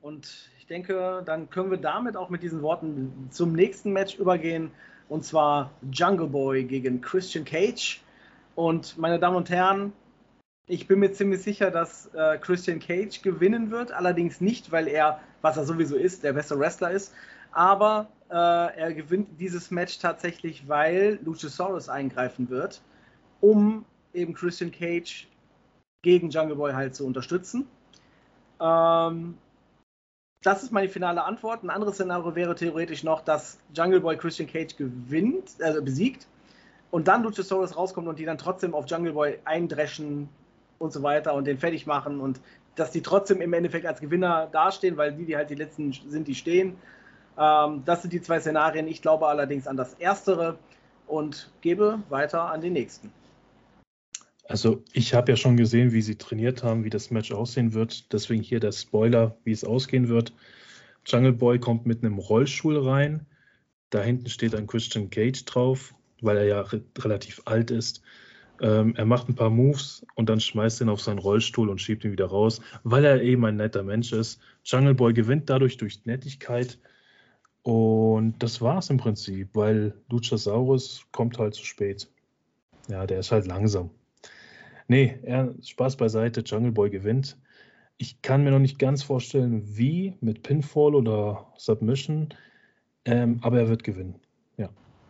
Und ich denke, dann können wir damit auch mit diesen Worten zum nächsten Match übergehen. Und zwar Jungle Boy gegen Christian Cage. Und meine Damen und Herren, ich bin mir ziemlich sicher, dass äh, Christian Cage gewinnen wird. Allerdings nicht, weil er, was er sowieso ist, der beste Wrestler ist. Aber äh, er gewinnt dieses Match tatsächlich, weil Luchasaurus eingreifen wird, um eben Christian Cage gegen Jungle Boy halt zu unterstützen. Ähm, das ist meine finale Antwort. Ein anderes Szenario wäre theoretisch noch, dass Jungle Boy Christian Cage gewinnt, also besiegt und dann Luchasaurus rauskommt und die dann trotzdem auf Jungle Boy eindreschen und so weiter und den fertig machen und dass die trotzdem im Endeffekt als Gewinner dastehen, weil die, die halt die Letzten sind, die stehen. Ähm, das sind die zwei Szenarien. Ich glaube allerdings an das Erstere und gebe weiter an den Nächsten. Also ich habe ja schon gesehen, wie sie trainiert haben, wie das Match aussehen wird. Deswegen hier der Spoiler, wie es ausgehen wird. Jungle Boy kommt mit einem Rollstuhl rein. Da hinten steht ein Christian Cage drauf, weil er ja re- relativ alt ist. Ähm, er macht ein paar Moves und dann schmeißt ihn auf seinen Rollstuhl und schiebt ihn wieder raus, weil er eben ein netter Mensch ist. Jungle Boy gewinnt dadurch durch Nettigkeit. Und das war's im Prinzip, weil Luchasaurus kommt halt zu spät. Ja, der ist halt langsam. Nee, er, Spaß beiseite, Jungle Boy gewinnt. Ich kann mir noch nicht ganz vorstellen, wie, mit Pinfall oder Submission, ähm, aber er wird gewinnen. Ja.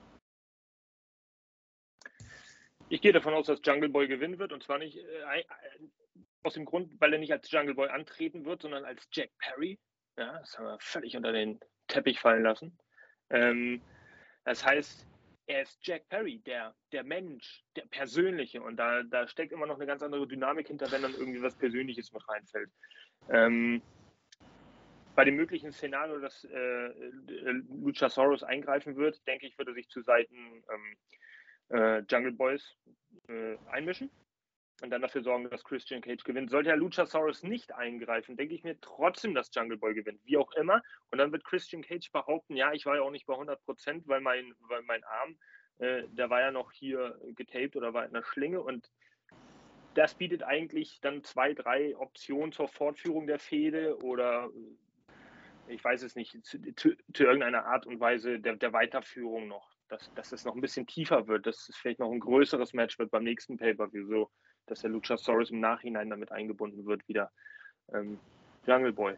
Ich gehe davon aus, dass Jungle Boy gewinnen wird und zwar nicht äh, äh, aus dem Grund, weil er nicht als Jungle Boy antreten wird, sondern als Jack Perry. Ja, das haben wir völlig unter den Teppich fallen lassen. Ähm, das heißt, er ist Jack Perry, der, der Mensch, der Persönliche. Und da, da steckt immer noch eine ganz andere Dynamik hinter, wenn dann irgendwie was Persönliches mit reinfällt. Ähm, bei dem möglichen Szenario, dass äh, Luchasaurus eingreifen wird, denke ich, würde er sich zu Seiten ähm, äh, Jungle Boys äh, einmischen und dann dafür sorgen, dass Christian Cage gewinnt. Sollte Herr Luchasaurus nicht eingreifen, denke ich mir trotzdem, dass Jungle Boy gewinnt, wie auch immer. Und dann wird Christian Cage behaupten, ja, ich war ja auch nicht bei hundert Prozent, weil mein, weil mein Arm, äh, der war ja noch hier getaped oder war in der Schlinge. Und das bietet eigentlich dann zwei, drei Optionen zur Fortführung der Fehde oder ich weiß es nicht, zu, zu, zu irgendeiner Art und Weise der, der Weiterführung noch. Dass, dass es noch ein bisschen tiefer wird, dass es vielleicht noch ein größeres Match wird beim nächsten Pay-Per-View, so dass der Luchasaurus im Nachhinein damit eingebunden wird wieder. Ähm, Jungle Boy.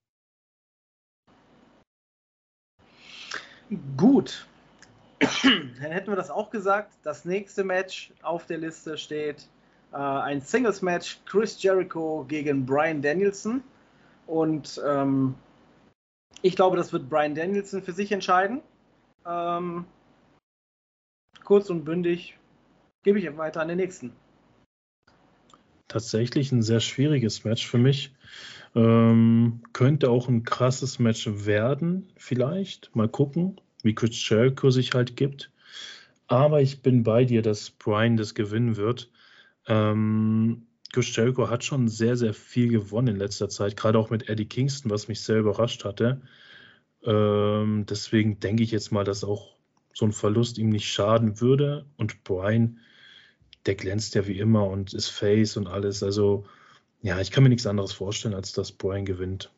Gut, dann hätten wir das auch gesagt. Das nächste Match auf der Liste steht äh, ein Singles-Match, Chris Jericho gegen Bryan Danielson. Und ähm, ich glaube, das wird Bryan Danielson für sich entscheiden. Ähm, kurz und bündig gebe ich weiter an den Nächsten. Tatsächlich ein sehr schwieriges Match für mich. Ähm, könnte auch ein krasses Match werden, vielleicht. Mal gucken, wie Chris Jericho sich halt gibt. Aber ich bin bei dir, dass Bryan das gewinnen wird. Ähm, Chris Jericho hat schon sehr, sehr viel gewonnen in letzter Zeit, gerade auch mit Eddie Kingston, was mich sehr überrascht hatte. Ähm, deswegen denke ich jetzt mal, dass auch so ein Verlust ihm nicht schaden würde. Und Bryan, der glänzt ja wie immer und ist Face und alles. Also ja, ich kann mir nichts anderes vorstellen, als dass Bryan gewinnt.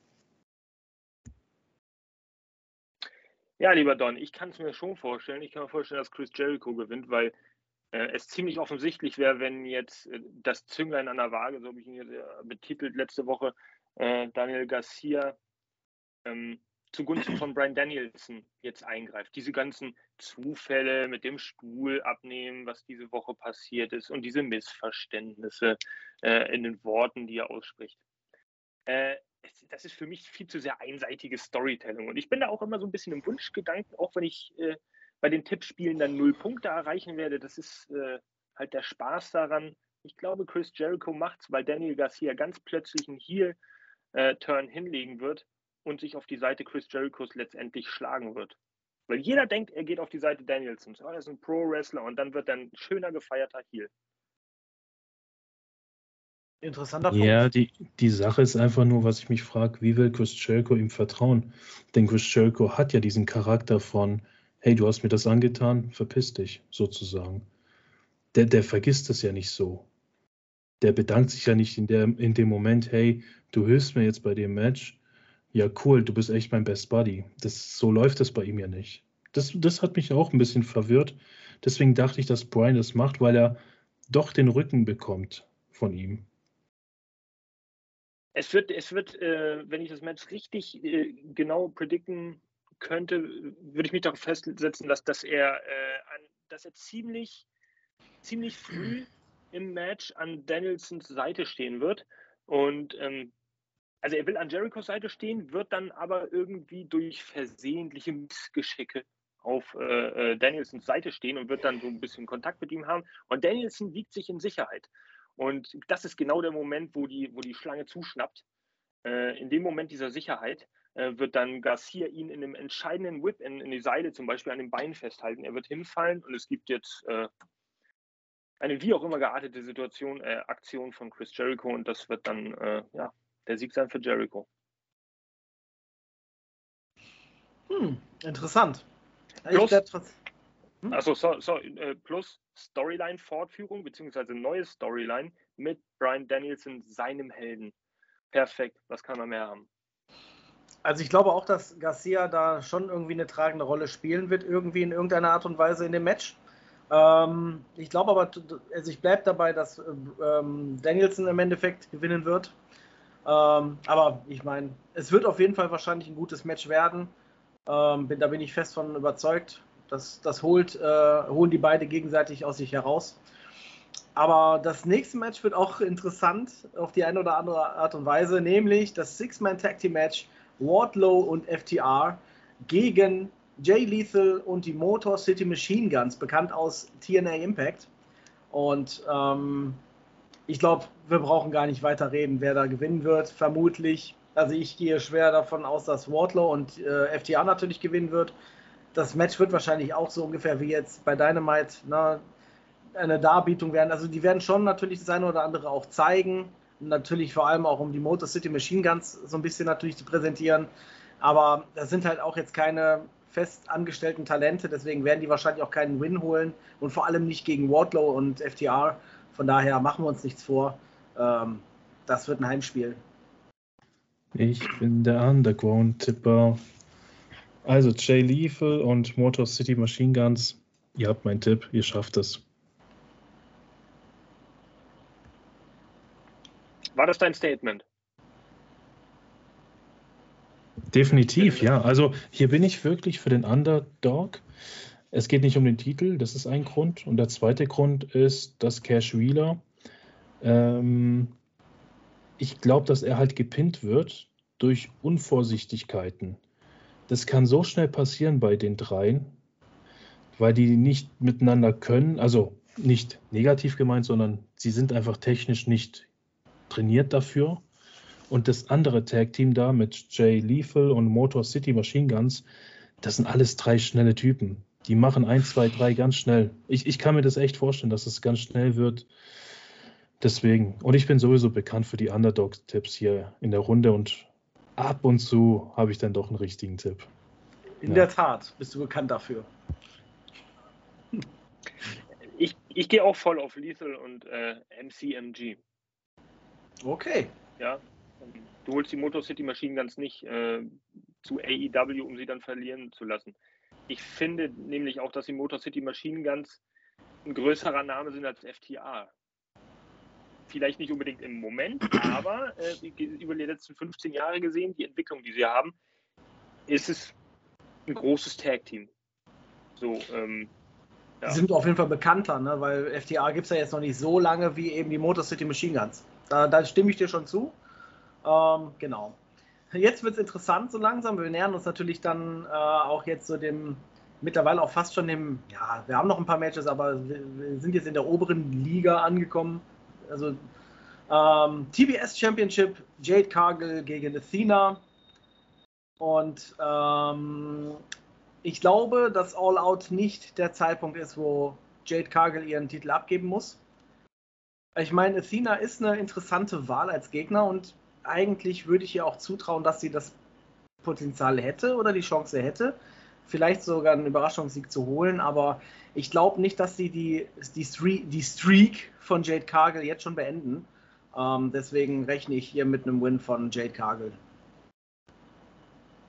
Ja, lieber Don, ich kann es mir schon vorstellen. Ich kann mir vorstellen, dass Chris Jericho gewinnt, weil äh, es ziemlich offensichtlich wäre, wenn jetzt äh, das Zünglein an der Waage, so habe ich ihn jetzt äh, betitelt letzte Woche, äh, Daniel Garcia ähm, zugunsten von Bryan Danielson jetzt eingreift. Diese ganzen Zufälle mit dem Stuhl abnehmen, was diese Woche passiert ist und diese Missverständnisse äh, in den Worten, die er ausspricht. Äh, das ist für mich viel zu sehr einseitige Storytelling. Und ich bin da auch immer so ein bisschen im Wunschgedanken, auch wenn ich äh, bei den Tippspielen dann null Punkte erreichen werde. Das ist äh, halt der Spaß daran. Ich glaube, Chris Jericho macht's, weil Daniel Garcia ganz plötzlich einen Heel-Turn hinlegen wird und sich auf die Seite Chris Jerichos letztendlich schlagen wird. Weil jeder denkt, er geht auf die Seite Danielsons. Oh, er ist ein Pro-Wrestler und dann wird er ein schöner, gefeierter Heel. Interessanter Ja, Punkt. die, die Sache ist einfach nur, was ich mich frage, wie will Chris Jericho ihm vertrauen? Denn Chris Jericho hat ja diesen Charakter von, hey, du hast mir das angetan, verpiss dich, sozusagen. Der, der vergisst es ja nicht so. Der bedankt sich ja nicht in, der, in dem Moment, hey, du hilfst mir jetzt bei dem Match, ja cool, du bist echt mein Best Buddy. Das, so läuft es bei ihm ja nicht. Das, das hat mich auch ein bisschen verwirrt. Deswegen dachte ich, dass Bryan das macht, weil er doch den Rücken bekommt von ihm. Es wird, es wird äh, wenn ich das Match richtig äh, genau predikten könnte, würde ich mich darauf festsetzen, dass, dass, er, äh, an, dass er ziemlich, ziemlich früh im Match an Danielsons Seite stehen wird. Und ähm, also er will an Jerichos Seite stehen, wird dann aber irgendwie durch versehentliche Missgeschicke auf äh, Danielsons Seite stehen und wird dann so ein bisschen Kontakt mit ihm haben. Und Danielson wiegt sich in Sicherheit. Und das ist genau der Moment, wo die, wo die Schlange zuschnappt. Äh, in dem Moment dieser Sicherheit äh, wird dann Garcia ihn in einem entscheidenden Whip in, in die Seile zum Beispiel an dem Bein festhalten. Er wird hinfallen und es gibt jetzt äh, eine wie auch immer geartete Situation, äh, Aktion von Chris Jericho und das wird dann äh, ja, der Sieg sein für Jericho. Hm, interessant. Plus, hm? also so, so, äh, plus Storyline-Fortführung beziehungsweise neue Storyline mit Bryan Danielson, seinem Helden. Perfekt, was kann man mehr haben? Also ich glaube auch, dass Garcia da schon irgendwie eine tragende Rolle spielen wird, irgendwie in irgendeiner Art und Weise in dem Match. Ähm, ich glaube aber, also ich bleibe dabei, dass ähm, Danielson im Endeffekt gewinnen wird. Ähm, aber ich meine, es wird auf jeden Fall wahrscheinlich ein gutes Match werden. Ähm, bin, da bin ich fest von überzeugt. Das, das holt, äh, holen die beide gegenseitig aus sich heraus. Aber das nächste Match wird auch interessant auf die eine oder andere Art und Weise, nämlich das Six-Man-Tag-Team-Match Wardlow und F T R gegen Jay Lethal und die Motor City Machine Guns, bekannt aus T N A Impact. Und ähm, ich glaube, wir brauchen gar nicht weiter reden, wer da gewinnen wird, vermutlich. Also ich gehe schwer davon aus, dass Wardlow und äh, F T R natürlich gewinnen wird. Das Match wird wahrscheinlich auch so ungefähr wie jetzt bei Dynamite, ne, eine Darbietung werden. Also die werden schon natürlich das eine oder andere auch zeigen. Natürlich vor allem auch, um die Motor City Machine Guns so ein bisschen natürlich zu präsentieren. Aber das sind halt auch jetzt keine fest angestellten Talente, deswegen werden die wahrscheinlich auch keinen Win holen und vor allem nicht gegen Wardlow und F T R. Von daher machen wir uns nichts vor. Ähm, das wird ein Heimspiel. Ich bin der Underground-Tipper. Also Jay Lethal und Motor City Machine Guns. Ihr habt meinen Tipp, ihr schafft es. War das dein Statement? Definitiv, ja. Also hier bin ich wirklich für den Underdog. Es geht nicht um den Titel, das ist ein Grund. Und der zweite Grund ist, dass Cash Wheeler, ähm, ich glaube, dass er halt gepinnt wird durch Unvorsichtigkeiten. Das kann so schnell passieren bei den dreien, weil die nicht miteinander können, also nicht negativ gemeint, sondern sie sind einfach technisch nicht trainiert dafür. Und das andere Tag-Team da mit Jay Lethal und Motor City Machine Guns, das sind alles drei schnelle Typen. Die machen eins, zwei, drei ganz schnell. Ich, ich kann mir das echt vorstellen, dass es ganz schnell wird. Deswegen. Und ich bin sowieso bekannt für die Underdog-Tipps hier in der Runde und ab und zu habe ich dann doch einen richtigen Tipp. In ja. der Tat bist du bekannt dafür. Ich, ich gehe auch voll auf Lethal und äh, M C M G. Okay. Ja, du holst die Motor City Machine Guns nicht äh, zu A E W, um sie dann verlieren zu lassen. Ich finde nämlich auch, dass die Motor City Machine Guns ein größerer Name sind als F T R. Vielleicht nicht unbedingt im Moment, aber äh, über die letzten fünfzehn Jahre gesehen, die Entwicklung, die sie haben, ist es ein großes Tag-Team. So, ähm, ja. Die sind auf jeden Fall bekannter, ne? Weil F T R gibt es ja jetzt noch nicht so lange wie eben die Motor City Machine Guns. Da, da stimme ich dir schon zu. Ähm, genau. Jetzt wird es interessant so langsam. Wir nähern uns natürlich dann äh, auch jetzt so dem, mittlerweile auch fast schon dem, ja, wir haben noch ein paar Matches, aber wir, wir sind jetzt in der oberen Liga angekommen. Also ähm, T B S Championship, Jade Cargill gegen Athena. Und ähm, ich glaube, dass All Out nicht der Zeitpunkt ist, wo Jade Cargill ihren Titel abgeben muss. Ich meine, Athena ist eine interessante Wahl als Gegner und eigentlich würde ich ihr auch zutrauen, dass sie das Potenzial hätte oder die Chance hätte, vielleicht sogar einen Überraschungssieg zu holen, aber ich glaube nicht, dass sie die, die, Streak, die Streak von Jade Cargill jetzt schon beenden. Ähm, deswegen rechne ich hier mit einem Win von Jade Cargill.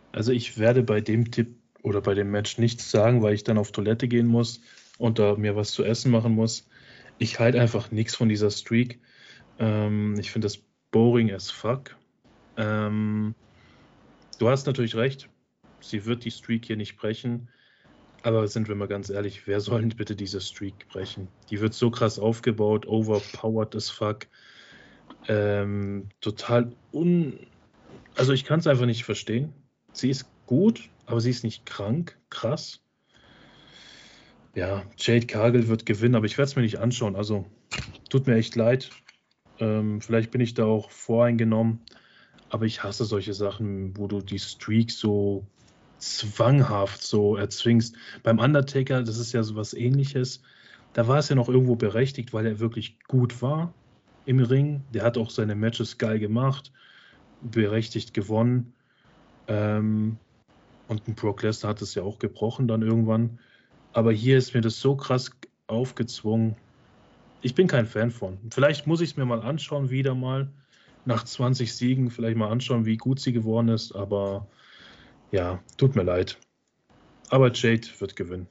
Also ich werde bei dem Tipp oder bei dem Match nichts sagen, weil ich dann auf Toilette gehen muss und da mir was zu essen machen muss. Ich halte einfach nichts von dieser Streak. Ähm, ich finde das boring as fuck. Ähm, du hast natürlich recht. Sie wird die Streak hier nicht brechen. Aber sind wir mal ganz ehrlich, wer soll denn bitte diese Streak brechen? Die wird so krass aufgebaut, overpowered as fuck. Ähm, total un... Also ich kann es einfach nicht verstehen. Sie ist gut, aber sie ist nicht krank, krass. Ja, Jade Cargill wird gewinnen, aber ich werde es mir nicht anschauen. Also tut mir echt leid. Ähm, vielleicht bin ich da auch voreingenommen, aber ich hasse solche Sachen, wo du die Streak so zwanghaft so erzwingst. Beim Undertaker, das ist ja sowas Ähnliches. Da war es ja noch irgendwo berechtigt, weil er wirklich gut war im Ring. Der hat auch seine Matches geil gemacht, berechtigt gewonnen. Ähm, und ein Brock Lesnar hat es ja auch gebrochen dann irgendwann. Aber hier ist mir das so krass aufgezwungen. Ich bin kein Fan von. Vielleicht muss ich es mir mal anschauen, wieder mal. Nach zwanzig Siegen vielleicht mal anschauen, wie gut sie geworden ist. Aber ja, tut mir leid. Aber Jade wird gewinnen.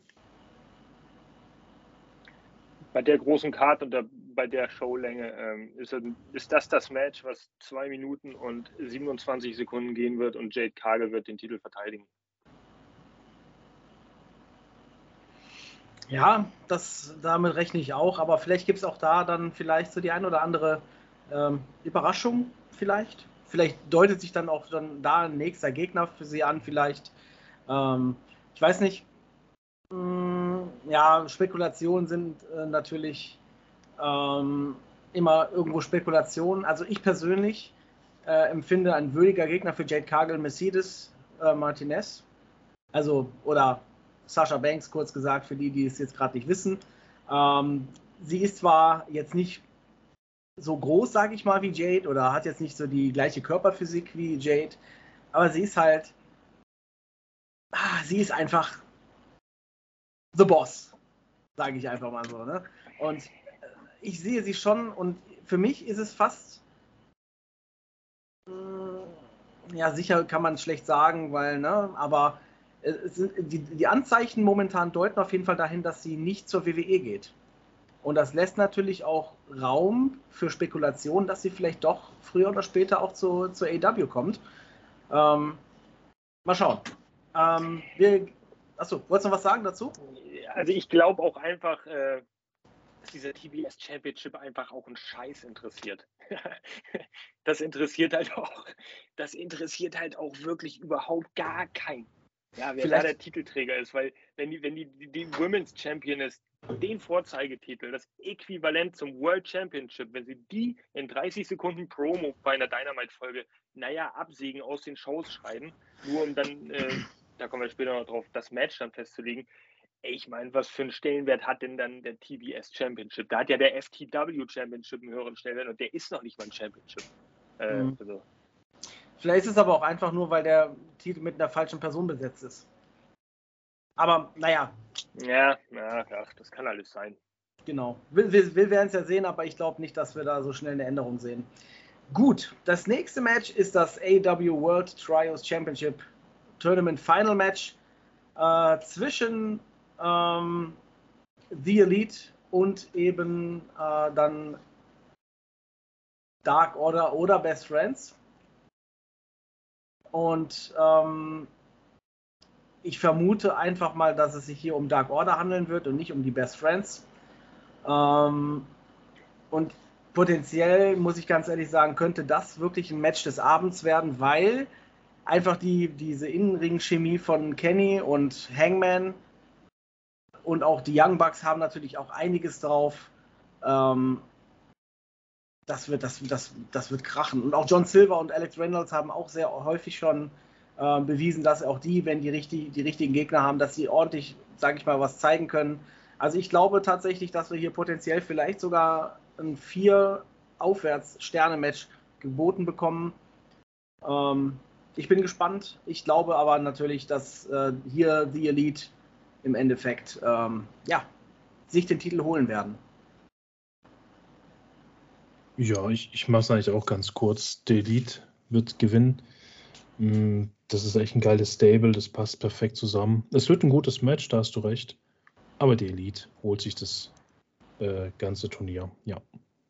Bei der großen Card und der, bei der Showlänge ähm, ist, ist das das Match, was zwei Minuten und siebenundzwanzig Sekunden gehen wird und Jade Cargill wird den Titel verteidigen. Ja, das, damit rechne ich auch, aber vielleicht gibt es auch da dann vielleicht so die ein oder andere ähm, Überraschung vielleicht. Vielleicht deutet sich dann auch dann da ein nächster Gegner für sie an, vielleicht. Ähm, ich weiß nicht. Mm, ja, Spekulationen sind äh, natürlich ähm, immer irgendwo Spekulationen. Also ich persönlich äh, empfinde ein würdiger Gegner für Jade Cargill Mercedes äh, Martinez. Also, oder Sasha Banks, kurz gesagt, für die, die es jetzt gerade nicht wissen. Ähm, sie ist zwar jetzt nicht so groß, sage ich mal, wie Jade, oder hat jetzt nicht so die gleiche Körperphysik wie Jade, aber sie ist halt, ah, sie ist einfach the Boss, sage ich einfach mal so. Ne? Und ich sehe sie schon, und für mich ist es fast, ja, sicher kann man es schlecht sagen, weil, ne, aber es sind, die, die Anzeichen momentan deuten auf jeden Fall dahin, dass sie nicht zur W W E geht. Und das lässt natürlich auch Raum für Spekulationen, dass sie vielleicht doch früher oder später auch zu, zur A E W kommt. Ähm, mal schauen. Ähm, wir, achso, wolltest du noch was sagen dazu? Also ich glaube auch einfach, äh, dass dieser T B S Championship einfach auch einen Scheiß interessiert. Das interessiert halt auch, das interessiert halt auch wirklich überhaupt gar keinen. Ja, wer Vielleicht. da der Titelträger ist, weil wenn die, wenn die, die, die Women's Champion ist, den Vorzeigetitel, das Äquivalent zum World Championship, wenn sie die in dreißig Sekunden Promo bei einer Dynamite-Folge, naja, absägen, aus den Shows schreiben, nur um dann, äh, da kommen wir später noch drauf, das Match dann festzulegen. Ich meine, was für einen Stellenwert hat denn dann der T B S Championship? Da hat ja der F T W Championship einen höheren Stellenwert und der ist noch nicht mal ein Championship. Äh, Mhm. also. Vielleicht ist es aber auch einfach nur, weil der Titel mit einer falschen Person besetzt ist. Aber naja. Ja, ja, ach, das kann alles sein. Genau. Wir, wir, wir werden es ja sehen, aber ich glaube nicht, dass wir da so schnell eine Änderung sehen. Gut, das nächste Match ist das A E W World Trios Championship Tournament Final Match äh, zwischen ähm, The Elite und eben äh, dann Dark Order oder Best Friends. Und ähm, ich vermute einfach mal, dass es sich hier um Dark Order handeln wird und nicht um die Best Friends. Ähm, und potenziell, muss ich ganz ehrlich sagen, könnte das wirklich ein Match des Abends werden, weil einfach die, diese Innenring-Chemie von Kenny und Hangman und auch die Young Bucks haben natürlich auch einiges drauf. Ähm, das, wird, das, das, das wird krachen. Und auch John Silver und Alex Reynolds haben auch sehr häufig schon äh, bewiesen, dass auch die, wenn die, richtig, die richtigen Gegner haben, dass sie ordentlich, sage ich mal, was zeigen können. Also ich glaube tatsächlich, dass wir hier potenziell vielleicht sogar ein vier Aufwärts-Sterne-Match geboten bekommen. Ähm, ich bin gespannt. Ich glaube aber natürlich, dass äh, hier The Elite im Endeffekt ähm, ja, sich den Titel holen werden. Ja, ich, ich mache es eigentlich auch ganz kurz. The Elite wird gewinnen. Das ist echt ein geiles Stable, das passt perfekt zusammen. Es wird ein gutes Match, da hast du recht. Aber die Elite holt sich das äh, ganze Turnier, ja.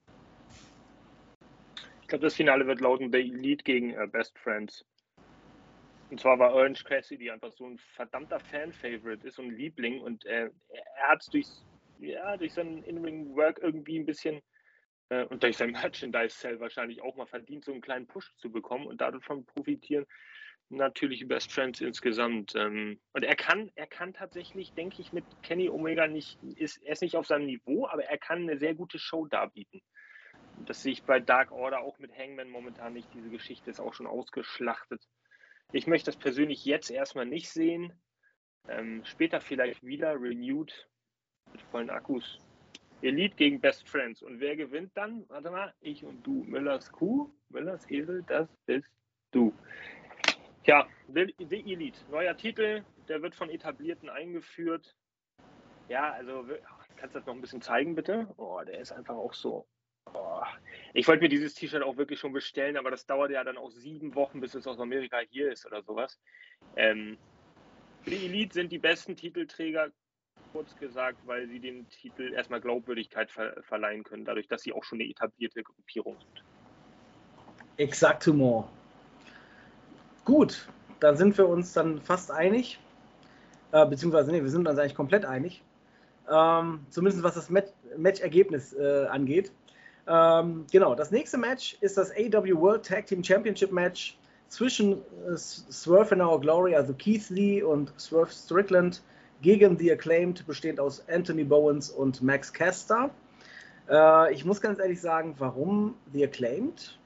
Ich glaube, das Finale wird lauten The Elite gegen äh, Best Friends. Und zwar war Orange Cassidy einfach so ein verdammter Fan-Favorite, ist so ein Liebling und äh, er hat es durch, ja, durch seinen In-Ring-Work irgendwie ein bisschen äh, und durch sein Merchandise-Sell wahrscheinlich auch mal verdient, so einen kleinen Push zu bekommen und davon profitieren natürlich Best Friends insgesamt. Ähm, und er kann, er kann tatsächlich, denke ich, mit Kenny Omega nicht, ist, er ist nicht auf seinem Niveau, aber er kann eine sehr gute Show darbieten. Das sehe ich bei Dark Order auch mit Hangman momentan nicht. Diese Geschichte ist auch schon ausgeschlachtet. Ich möchte das persönlich jetzt erstmal nicht sehen. Ähm, später vielleicht wieder renewed mit vollen Akkus. Elite gegen Best Friends. Und wer gewinnt dann? Warte mal, ich und du. Müllers Kuh, Müllers Esel, das bist du. Ja, The, The Elite. Neuer Titel, der wird von Etablierten eingeführt. Ja, also kannst du das noch ein bisschen zeigen, bitte? Oh, der ist einfach auch so. Oh. Ich wollte mir dieses T-Shirt auch wirklich schon bestellen, aber das dauert ja dann auch sieben Wochen, bis es aus Amerika hier ist oder sowas. Ähm, die Elite sind die besten Titelträger, kurz gesagt, weil sie den Titel erstmal Glaubwürdigkeit ver verleihen können, dadurch, dass sie auch schon eine etablierte Gruppierung sind. Exactement. Gut, dann sind wir uns dann fast einig, äh, beziehungsweise nee, wir sind uns eigentlich komplett einig, ähm, zumindest was das Mat Match-Ergebnis äh, angeht. Ähm, genau, das nächste Match ist das A E W World Tag Team Championship Match zwischen äh, Swerve in Our Glory, also Keith Lee und Swerve Strickland, gegen The Acclaimed, bestehend aus Anthony Bowens und Max Caster. Äh, ich muss ganz ehrlich sagen, warum The Acclaimed?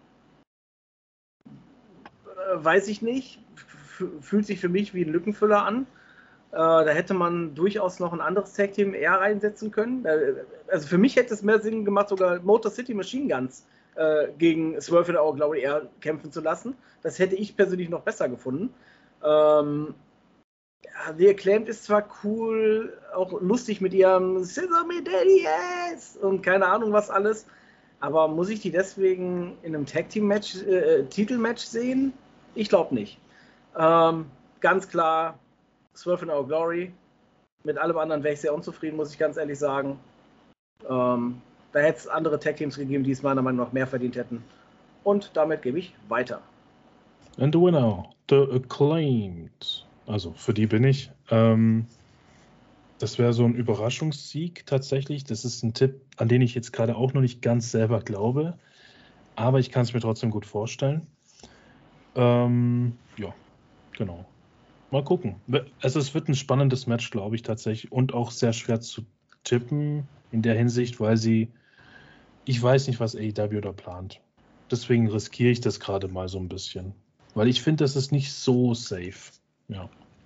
Äh, weiß ich nicht. F fühlt sich für mich wie ein Lückenfüller an. Äh, da hätte man durchaus noch ein anderes Tag-Team eher reinsetzen können. Äh, also für mich hätte es mehr Sinn gemacht, sogar Motor City Machine Guns äh, gegen Swerve in Our Glory eher kämpfen zu lassen. Das hätte ich persönlich noch besser gefunden. Ähm, ja, The Acclaimed ist zwar cool, auch lustig mit ihrem Scissor Me Daddy Ass und keine Ahnung was alles, aber muss ich die deswegen in einem Tag-Team-Match, äh, Titelmatch sehen? Ich glaube nicht. Ähm, ganz klar Swerve in Our Glory. Mit allem anderen wäre ich sehr unzufrieden, muss ich ganz ehrlich sagen. Ähm, da hätte es andere Tag-Teams gegeben, die es meiner Meinung nach mehr verdient hätten. Und damit gebe ich weiter. And the winner, The Acclaimed. Also für die bin ich. Ähm, das wäre so ein Überraschungssieg tatsächlich. Das ist ein Tipp, an den ich jetzt gerade auch noch nicht ganz selber glaube. Aber ich kann es mir trotzdem gut vorstellen. Ähm, ja, genau. Mal gucken. Also es wird ein spannendes Match, glaube ich, tatsächlich. Und auch sehr schwer zu tippen in der Hinsicht, weil sie, ich weiß nicht, was A E W da plant. Deswegen riskiere ich das gerade mal so ein bisschen. Weil ich finde, das ist nicht so safe. Ja.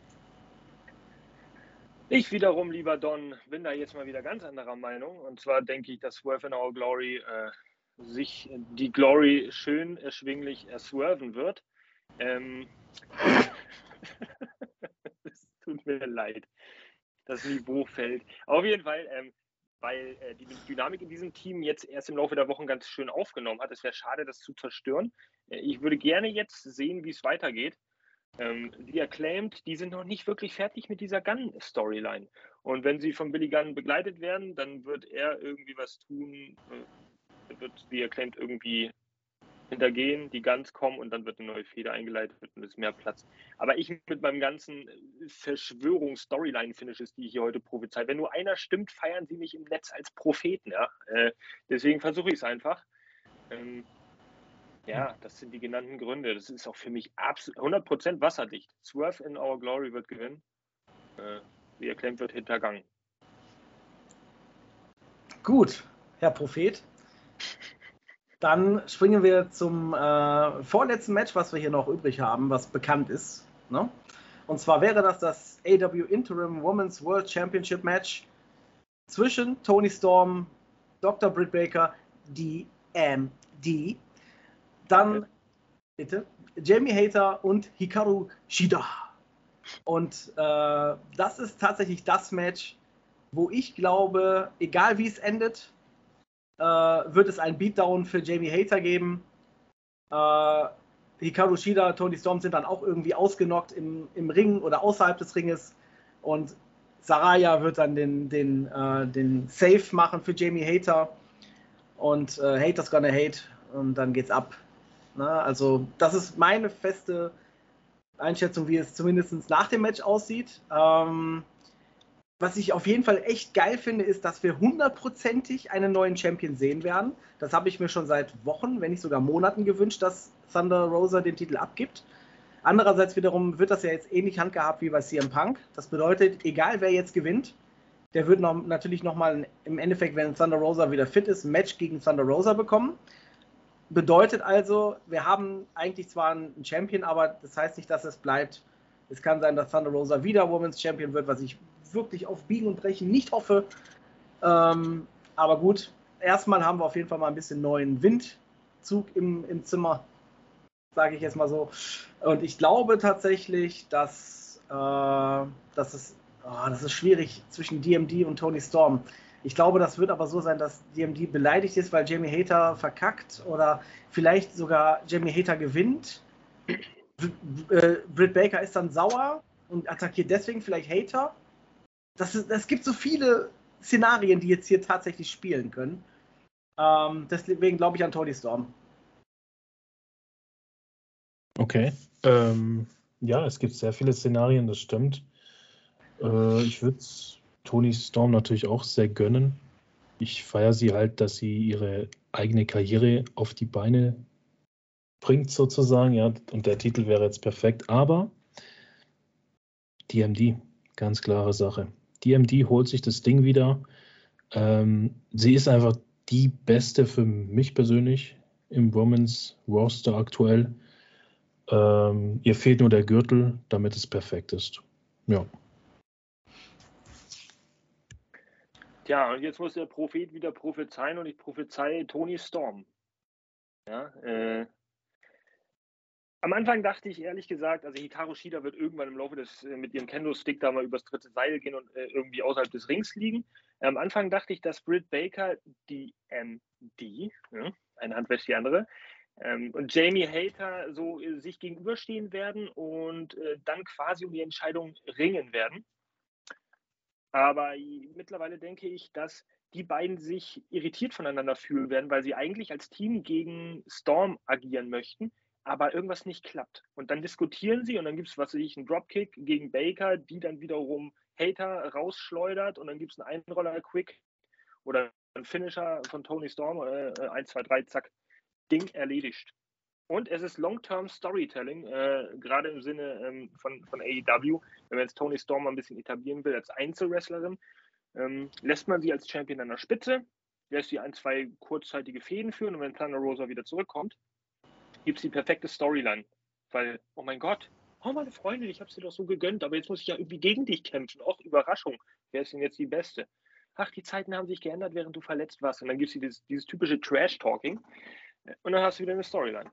Ich wiederum, lieber Don, bin da jetzt mal wieder ganz anderer Meinung. Und zwar denke ich, dass Swerve in Our Glory äh, sich die Glory schön erschwinglich erswerven wird. Ähm, es tut mir leid. Das Niveau fällt. Auf jeden Fall, ähm, weil äh, die Dynamik in diesem Team jetzt erst im Laufe der Wochen ganz schön aufgenommen hat. Es wäre schade, das zu zerstören. Äh, ich würde gerne jetzt sehen, wie es weitergeht. Ähm, die Acclaimed, die sind noch nicht wirklich fertig mit dieser Gunn-Storyline. Und wenn sie von Billy Gunn begleitet werden, dann wird er irgendwie was tun, äh, wird die Acclaimed irgendwie hintergehen, die Guns kommen und dann wird eine neue Feder eingeleitet und es ist mehr Platz. Aber ich mit meinem ganzen Verschwörungs-Storyline-Finishes, die ich hier heute prophezei, wenn nur einer stimmt, feiern sie mich im Netz als Propheten. Ja? Äh, deswegen versuche ich es einfach. Ähm, ja, das sind die genannten Gründe. Das ist auch für mich absolut hundert Prozent wasserdicht. Swerve in Our Glory wird gewinnen. Äh, The Acclaimed wird hintergangen. Gut, Herr Prophet. Dann springen wir zum äh, vorletzten Match, was wir hier noch übrig haben, was bekannt ist. Ne? Und zwar wäre das das A E W Interim Women's World Championship Match zwischen Toni Storm, Doktor Britt Baker, D M D, dann okay. bitte Jamie Hayter und Hikaru Shida. Und äh, das ist tatsächlich das Match, wo ich glaube, egal wie es endet, äh, wird es einen Beatdown für Jamie Hayter geben. Äh, Hikaru Shida, Tony Storm sind dann auch irgendwie ausgenockt im, im Ring oder außerhalb des Ringes und Saraya wird dann den, den, äh, den Save machen für Jamie Hayter und äh, Haters gonna hate und dann geht's ab. Na, also das ist meine feste Einschätzung, wie es zumindest nach dem Match aussieht. Ähm, was ich auf jeden Fall echt geil finde, ist, dass wir hundertprozentig einen neuen Champion sehen werden. Das habe ich mir schon seit Wochen, wenn nicht sogar Monaten gewünscht, dass Thunder Rosa den Titel abgibt. Andererseits wiederum wird das ja jetzt ähnlich handgehabt wie bei C M Punk. Das bedeutet, egal wer jetzt gewinnt, der wird noch, natürlich nochmal im Endeffekt, wenn Thunder Rosa wieder fit ist, ein Match gegen Thunder Rosa bekommen. Bedeutet also, wir haben eigentlich zwar einen Champion, aber das heißt nicht, dass es bleibt. Es kann sein, dass Thunder Rosa wieder Women's Champion wird, was ich wirklich auf Biegen und Brechen nicht hoffe. Ähm, aber gut, erstmal haben wir auf jeden Fall mal ein bisschen neuen Windzug im, im Zimmer, sage ich jetzt mal so. Und ich glaube tatsächlich, dass, äh, dass es, oh, das ist schwierig zwischen D M D und Tony Storm. Ich glaube, das wird aber so sein, dass D M D beleidigt ist, weil Jamie Hayter verkackt oder vielleicht sogar Jamie Hayter gewinnt. Britt Baker ist dann sauer und attackiert deswegen vielleicht Hayter. Das, ist, das gibt so viele Szenarien, die jetzt hier tatsächlich spielen können. Ähm, deswegen glaube ich an Tony Storm. Okay. Ähm, ja, es gibt sehr viele Szenarien, das stimmt. Äh, ich würde Tony Storm natürlich auch sehr gönnen. Ich feiere sie halt, dass sie ihre eigene Karriere auf die Beine bringt sozusagen. Ja, und der Titel wäre jetzt perfekt. Aber D M D, ganz klare Sache. D M D holt sich das Ding wieder. Ähm, sie ist einfach die Beste für mich persönlich im Women's Roster aktuell. Ähm, ihr fehlt nur der Gürtel, damit es perfekt ist. Ja. Tja, und jetzt muss der Prophet wieder prophezeien und ich prophezeie Tony Storm. Ja, äh, am Anfang dachte ich ehrlich gesagt, also Hikaru Shida wird irgendwann im Laufe des, äh, mit ihrem Kendo-Stick da mal übers dritte Seil gehen und äh, irgendwie außerhalb des Rings liegen. Äh, am Anfang dachte ich, dass Britt Baker, die M D, ja, eine Hand wäscht die andere, ähm, und Jamie Hayter so äh, sich gegenüberstehen werden und äh, dann quasi um die Entscheidung ringen werden. Aber mittlerweile denke ich, dass die beiden sich irritiert voneinander fühlen werden, weil sie eigentlich als Team gegen Storm agieren möchten, aber irgendwas nicht klappt. Und dann diskutieren sie und dann gibt es, was weiß ich, einen Dropkick gegen Baker, die dann wiederum Hayter rausschleudert und dann gibt es einen Einroller-Quick oder einen Finisher von Tony Storm, äh, eins, zwei, drei, zack, Ding erledigt. Und es ist Long-Term Storytelling, äh, gerade im Sinne ähm, von, von A E W. Wenn man jetzt Tony Storm mal ein bisschen etablieren will als Einzelwrestlerin, ähm, lässt man sie als Champion an der Spitze, lässt sie ein, zwei kurzzeitige Fäden führen und wenn Thunder Rosa wieder zurückkommt, gibt es die perfekte Storyline. Weil, oh mein Gott, oh meine Freundin, ich habe sie doch so gegönnt, aber jetzt muss ich ja irgendwie gegen dich kämpfen. Och, Überraschung, wer ist denn jetzt die Beste? Ach, die Zeiten haben sich geändert, während du verletzt warst. Und dann gibt es dieses, dieses typische Trash-Talking und dann hast du wieder eine Storyline.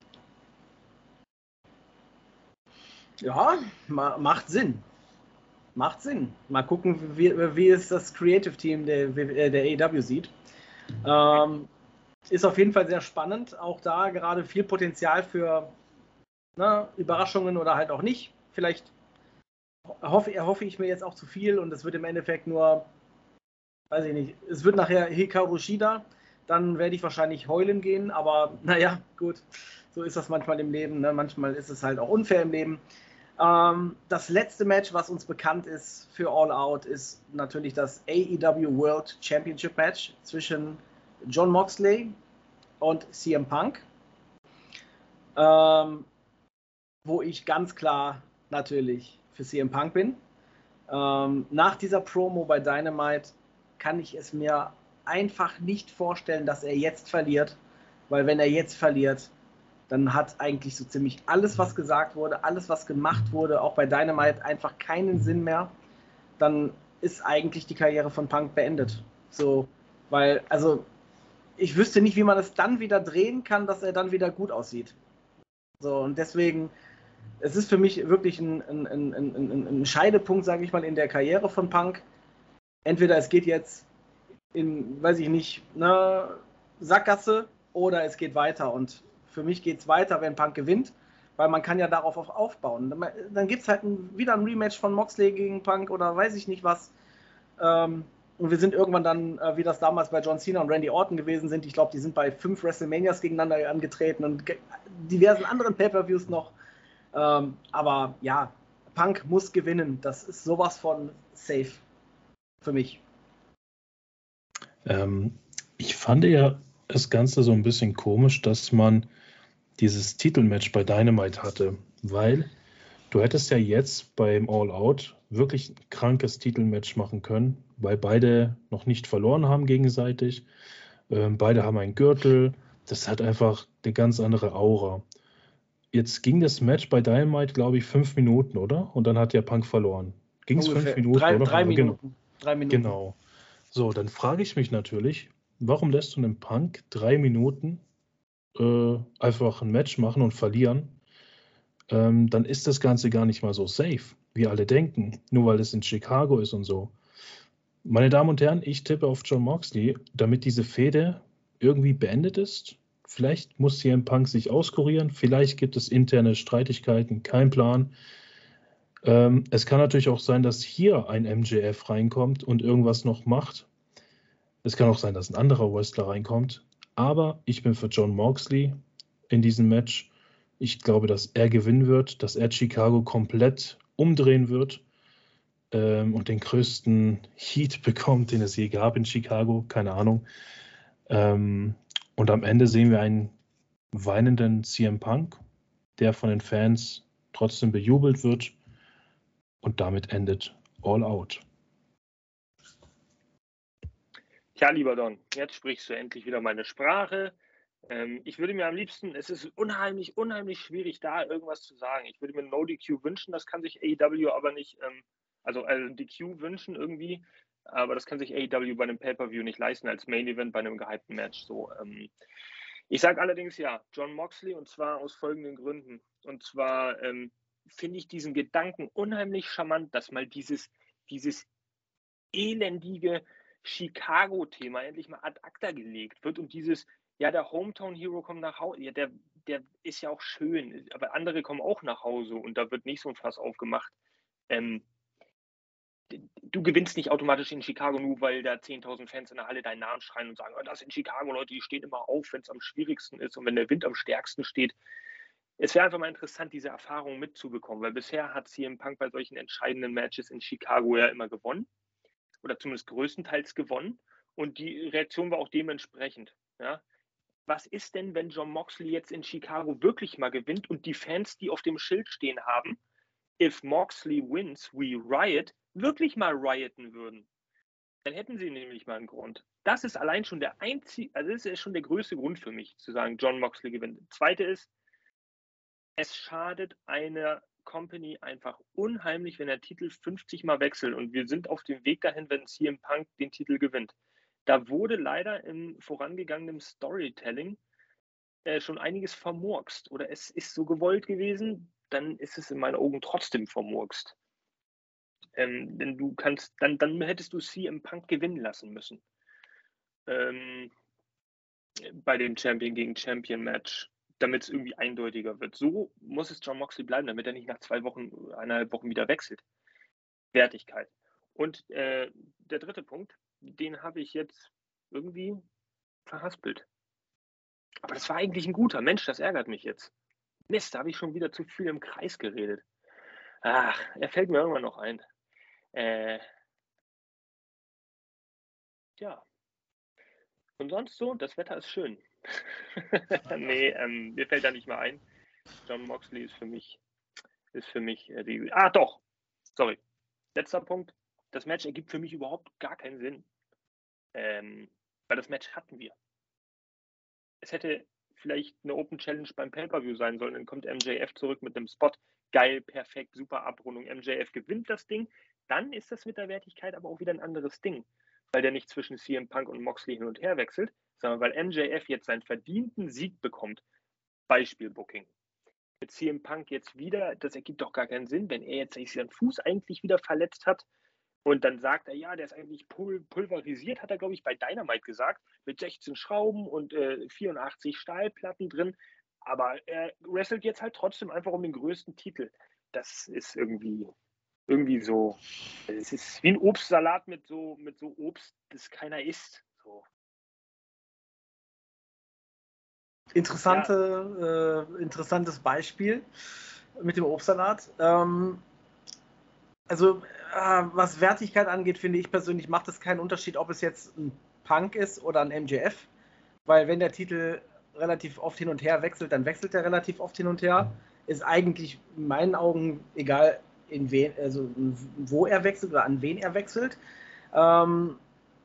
Ja, ma- macht Sinn. Macht Sinn. Mal gucken, wie, wie es das Creative Team der, der A E W sieht. Ähm, ist auf jeden Fall sehr spannend. Auch da gerade viel Potenzial für ne, Überraschungen oder halt auch nicht. Vielleicht hoffe, erhoffe ich mir jetzt auch zu viel und es wird im Endeffekt nur, weiß ich nicht, es wird nachher Hikaru Shida. Dann werde ich wahrscheinlich heulen gehen, aber naja, gut, so ist das manchmal im Leben. Ne? Manchmal ist es halt auch unfair im Leben. Ähm, das letzte Match, was uns bekannt ist für All Out, ist natürlich das A E W World Championship Match zwischen Jon Moxley und C M Punk. Ähm, wo ich ganz klar natürlich für C M Punk bin. Ähm, nach dieser Promo bei Dynamite kann ich es mir einfach nicht vorstellen, dass er jetzt verliert, weil wenn er jetzt verliert, dann hat eigentlich so ziemlich alles, was gesagt wurde, alles, was gemacht wurde, auch bei Dynamite, einfach keinen Sinn mehr. Dann ist eigentlich die Karriere von Punk beendet. So, weil, also, ich wüsste nicht, wie man es dann wieder drehen kann, dass er dann wieder gut aussieht. So, und deswegen, es ist für mich wirklich ein, ein, ein, ein, ein Scheidepunkt, sage ich mal, in der Karriere von Punk. Entweder es geht jetzt in, weiß ich nicht, eine Sackgasse oder es geht weiter und für mich geht es weiter, wenn Punk gewinnt, weil man kann ja darauf aufbauen. Dann, dann gibt es halt ein, wieder ein Rematch von Moxley gegen Punk oder weiß ich nicht was. Ähm, und wir sind irgendwann dann, äh, wie das damals bei John Cena und Randy Orton gewesen sind, ich glaube, die sind bei fünf WrestleManias gegeneinander angetreten und ge- diversen anderen Pay-Per-Views noch. Ähm, aber ja, Punk muss gewinnen. Das ist sowas von safe für mich. Ähm, ich fand ja das Ganze so ein bisschen komisch, dass man dieses Titelmatch bei Dynamite hatte, weil du hättest ja jetzt beim All Out wirklich ein krankes Titelmatch machen können, weil beide noch nicht verloren haben gegenseitig. Ähm, beide haben einen Gürtel. Das hat einfach eine ganz andere Aura. Jetzt ging das Match bei Dynamite, glaube ich, fünf Minuten, oder? Und dann hat ja Punk verloren. Ging es fünf Ungefähr. Minuten, Drei, oder? drei Ja, genau. Minuten. Drei Minuten. Genau. So, dann frage ich mich natürlich, warum lässt du einen Punk drei Minuten äh, einfach ein Match machen und verlieren? Ähm, dann ist das Ganze gar nicht mal so safe, wie alle denken, nur weil es in Chicago ist und so. Meine Damen und Herren, ich tippe auf Jon Moxley, damit diese Fehde irgendwie beendet ist. Vielleicht muss C M Punk sich auskurieren, vielleicht gibt es interne Streitigkeiten, kein Plan. Ähm, es kann natürlich auch sein, dass hier ein M J F reinkommt und irgendwas noch macht. Es kann auch sein, dass ein anderer Wrestler reinkommt. Aber ich bin für Jon Moxley in diesem Match. Ich glaube, dass er gewinnen wird, dass er Chicago komplett umdrehen wird ähm, und den größten Heat bekommt, den es je gab in Chicago. Keine Ahnung. Ähm, und am Ende sehen wir einen weinenden C M Punk, der von den Fans trotzdem bejubelt wird. Und damit endet All Out. Tja, lieber Don, jetzt sprichst du endlich wieder meine Sprache. Ähm, ich würde mir am liebsten, es ist unheimlich, unheimlich schwierig, da irgendwas zu sagen. Ich würde mir No D Q wünschen, das kann sich A E W aber nicht, ähm, also, also D Q wünschen irgendwie, aber das kann sich A E W bei einem Pay-Per-View nicht leisten als Main Event bei einem gehypten Match. So, ähm, ich sage allerdings ja, Jon Moxley, und zwar aus folgenden Gründen. Und zwar ähm, finde ich diesen Gedanken unheimlich charmant, dass mal dieses, dieses elendige Chicago-Thema endlich mal ad acta gelegt wird und dieses, ja, der Hometown-Hero kommt nach Hause, ja, der, der ist ja auch schön, aber andere kommen auch nach Hause und da wird nicht so ein Fass aufgemacht. Ähm, du gewinnst nicht automatisch in Chicago nur, weil da zehntausend Fans in der Halle deinen Namen schreien und sagen, oh, das sind Chicago, Leute, die stehen immer auf, wenn es am schwierigsten ist und wenn der Wind am stärksten steht. Es wäre einfach mal interessant, diese Erfahrung mitzubekommen, weil bisher hat C M Punk bei solchen entscheidenden Matches in Chicago ja immer gewonnen oder zumindest größtenteils gewonnen und die Reaktion war auch dementsprechend. Ja. Was ist denn, wenn Jon Moxley jetzt in Chicago wirklich mal gewinnt und die Fans, die auf dem Schild stehen haben, if Moxley wins, we riot, wirklich mal rioten würden? Dann hätten sie nämlich mal einen Grund. Das ist allein schon der einzige, also das ist schon der größte Grund für mich, zu sagen, Jon Moxley gewinnt. Zweite ist, es schadet einer Company einfach unheimlich, wenn der Titel fünfzig Mal wechselt und wir sind auf dem Weg dahin, wenn C M Punk den Titel gewinnt. Da wurde leider im vorangegangenen Storytelling äh, schon einiges vermurkst oder es ist so gewollt gewesen, dann ist es in meinen Augen trotzdem vermurkst. Ähm, denn du kannst, dann, dann hättest du C M Punk gewinnen lassen müssen. Ähm, bei dem Champion gegen Champion Match, damit es irgendwie eindeutiger wird. So muss es Jon Moxley bleiben, damit er nicht nach zwei Wochen, eineinhalb Wochen wieder wechselt. Wertigkeit. Und äh, der dritte Punkt, den habe ich jetzt irgendwie verhaspelt. Aber das war eigentlich ein guter Mensch, das ärgert mich jetzt. Mist, da habe ich schon wieder zu viel im Kreis geredet. Ach, er fällt mir irgendwann noch ein. Äh, ja. Und sonst so, das Wetter ist schön. nee, ähm, mir fällt da nicht mal ein. Jon Moxley ist für mich, ist für mich äh, die. Ah, doch. Sorry. Letzter Punkt. Das Match ergibt für mich überhaupt gar keinen Sinn. Ähm, weil das Match hatten wir. Es hätte vielleicht eine Open Challenge beim Pay-Per-View sein sollen. Dann kommt M J F zurück mit einem Spot. Geil, perfekt, super Abrundung. M J F gewinnt das Ding. Dann ist das mit der Wertigkeit aber auch wieder ein anderes Ding. Weil der nicht zwischen C M Punk und Moxley hin und her wechselt, sondern weil M J F jetzt seinen verdienten Sieg bekommt. Beispiel Booking. Mit C M Punk jetzt wieder, das ergibt doch gar keinen Sinn, wenn er jetzt seinen Fuß eigentlich wieder verletzt hat und dann sagt er, ja, der ist eigentlich pul pulverisiert, hat er, glaube ich, bei Dynamite gesagt, mit sechzehn Schrauben und äh, vierundachtzig Stahlplatten drin. aber er wrestelt jetzt halt trotzdem einfach um den größten Titel. Das ist irgendwie, irgendwie so, es ist wie ein Obstsalat mit so, mit so Obst, das keiner isst. So. Interessante, ja. äh, interessantes Beispiel mit dem Obstsalat. Ähm, also äh, was Wertigkeit angeht, finde ich persönlich, macht es keinen Unterschied, ob es jetzt ein Punk ist oder ein M J F, weil wenn der Titel relativ oft hin und her wechselt, dann wechselt er relativ oft hin und her. Ist eigentlich in meinen Augen egal, in wen, also wo er wechselt oder an wen er wechselt. Ähm,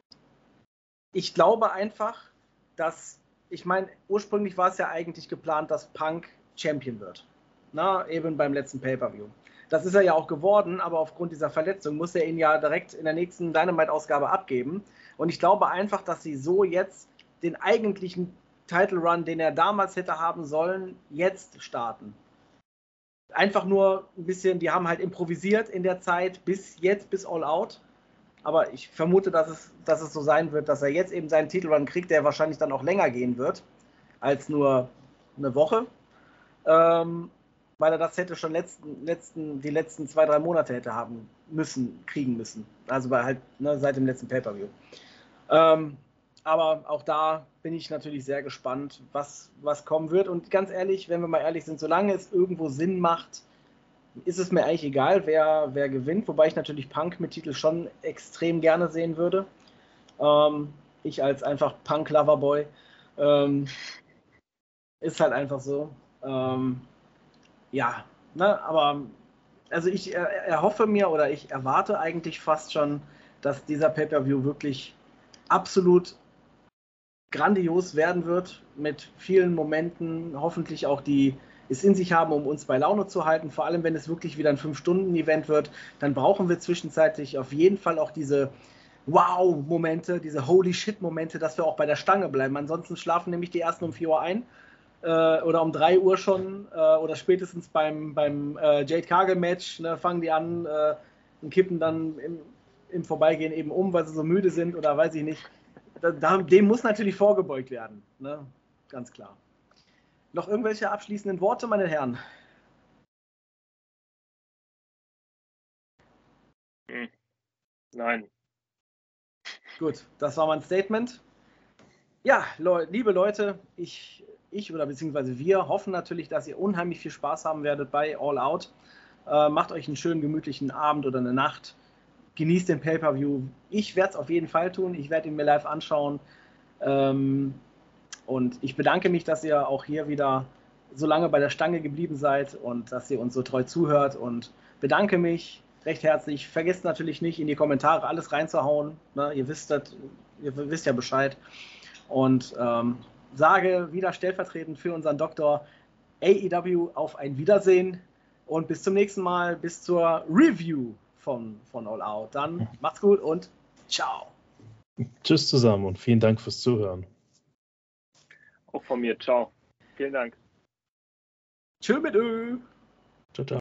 ich glaube einfach, dass, ich meine, ursprünglich war es ja eigentlich geplant, dass Punk Champion wird. Na, eben beim letzten Pay-Per-View. Das ist er ja auch geworden, aber aufgrund dieser Verletzung muss er ihn ja direkt in der nächsten Dynamite-Ausgabe abgeben. Und ich glaube einfach, dass sie so jetzt den eigentlichen Title Run, den er damals hätte haben sollen, jetzt starten. Einfach nur ein bisschen, die haben halt improvisiert in der Zeit bis jetzt, bis All Out. Aber ich vermute, dass es, dass es so sein wird, dass er jetzt eben seinen Titel Run kriegt, der wahrscheinlich dann auch länger gehen wird, als nur eine Woche. Ähm, weil er das hätte schon letzten, letzten, die letzten zwei, drei Monate hätte haben müssen, kriegen müssen. Also bei halt ne, seit dem letzten Pay-Per-View. Ähm, aber auch da bin ich natürlich sehr gespannt, was, was kommen wird. Und ganz ehrlich, wenn wir mal ehrlich sind, solange es irgendwo Sinn macht, ist es mir eigentlich egal, wer, wer gewinnt. Wobei ich natürlich Punk mit Titel schon extrem gerne sehen würde. Ähm, ich als einfach Punk-Loverboy. Ähm, ist halt einfach so. Ähm, ja, ne, aber also ich er, erhoffe mir oder ich erwarte eigentlich fast schon, dass dieser Pay-Per-View wirklich absolut grandios werden wird, mit vielen Momenten, hoffentlich auch die es in sich haben, um uns bei Laune zu halten. Vor allem, wenn es wirklich wieder ein fünf Stunden Event wird, dann brauchen wir zwischenzeitlich auf jeden Fall auch diese Wow-Momente, diese Holy-Shit-Momente, dass wir auch bei der Stange bleiben. Ansonsten schlafen nämlich die ersten um vier Uhr ein äh, oder um drei Uhr schon äh, oder spätestens beim, beim äh, Jade Cargill-Match ne, fangen die an äh, und kippen dann im, im Vorbeigehen eben um, weil sie so müde sind oder weiß ich nicht. Da, da, dem muss natürlich vorgebeugt werden, ne? Ganz klar. Noch irgendwelche abschließenden Worte, meine Herren? Hm. Nein. Gut, das war mein Statement. Ja, le- liebe Leute, ich, ich oder beziehungsweise wir hoffen natürlich, dass ihr unheimlich viel Spaß haben werdet bei All Out. Äh, macht euch einen schönen, gemütlichen Abend oder eine Nacht. Genießt den Pay-Per-View. Ich werde es auf jeden Fall tun. Ich werde ihn mir live anschauen. Ähm, und ich bedanke mich, dass ihr auch hier wieder so lange bei der Stange geblieben seid und dass ihr uns so treu zuhört und bedanke mich recht herzlich. Vergesst natürlich nicht, in die Kommentare alles reinzuhauen. Ne? Ihr wisst das, ihr wisst ja Bescheid. Und ähm, sage wieder stellvertretend für unseren Doktor A E W auf ein Wiedersehen und bis zum nächsten Mal, bis zur Review von, von All Out. Dann macht's gut und ciao. Tschüss zusammen und vielen Dank fürs Zuhören. Auch von mir. Ciao. Vielen Dank. Tschö mit Ö. Ciao, ciao.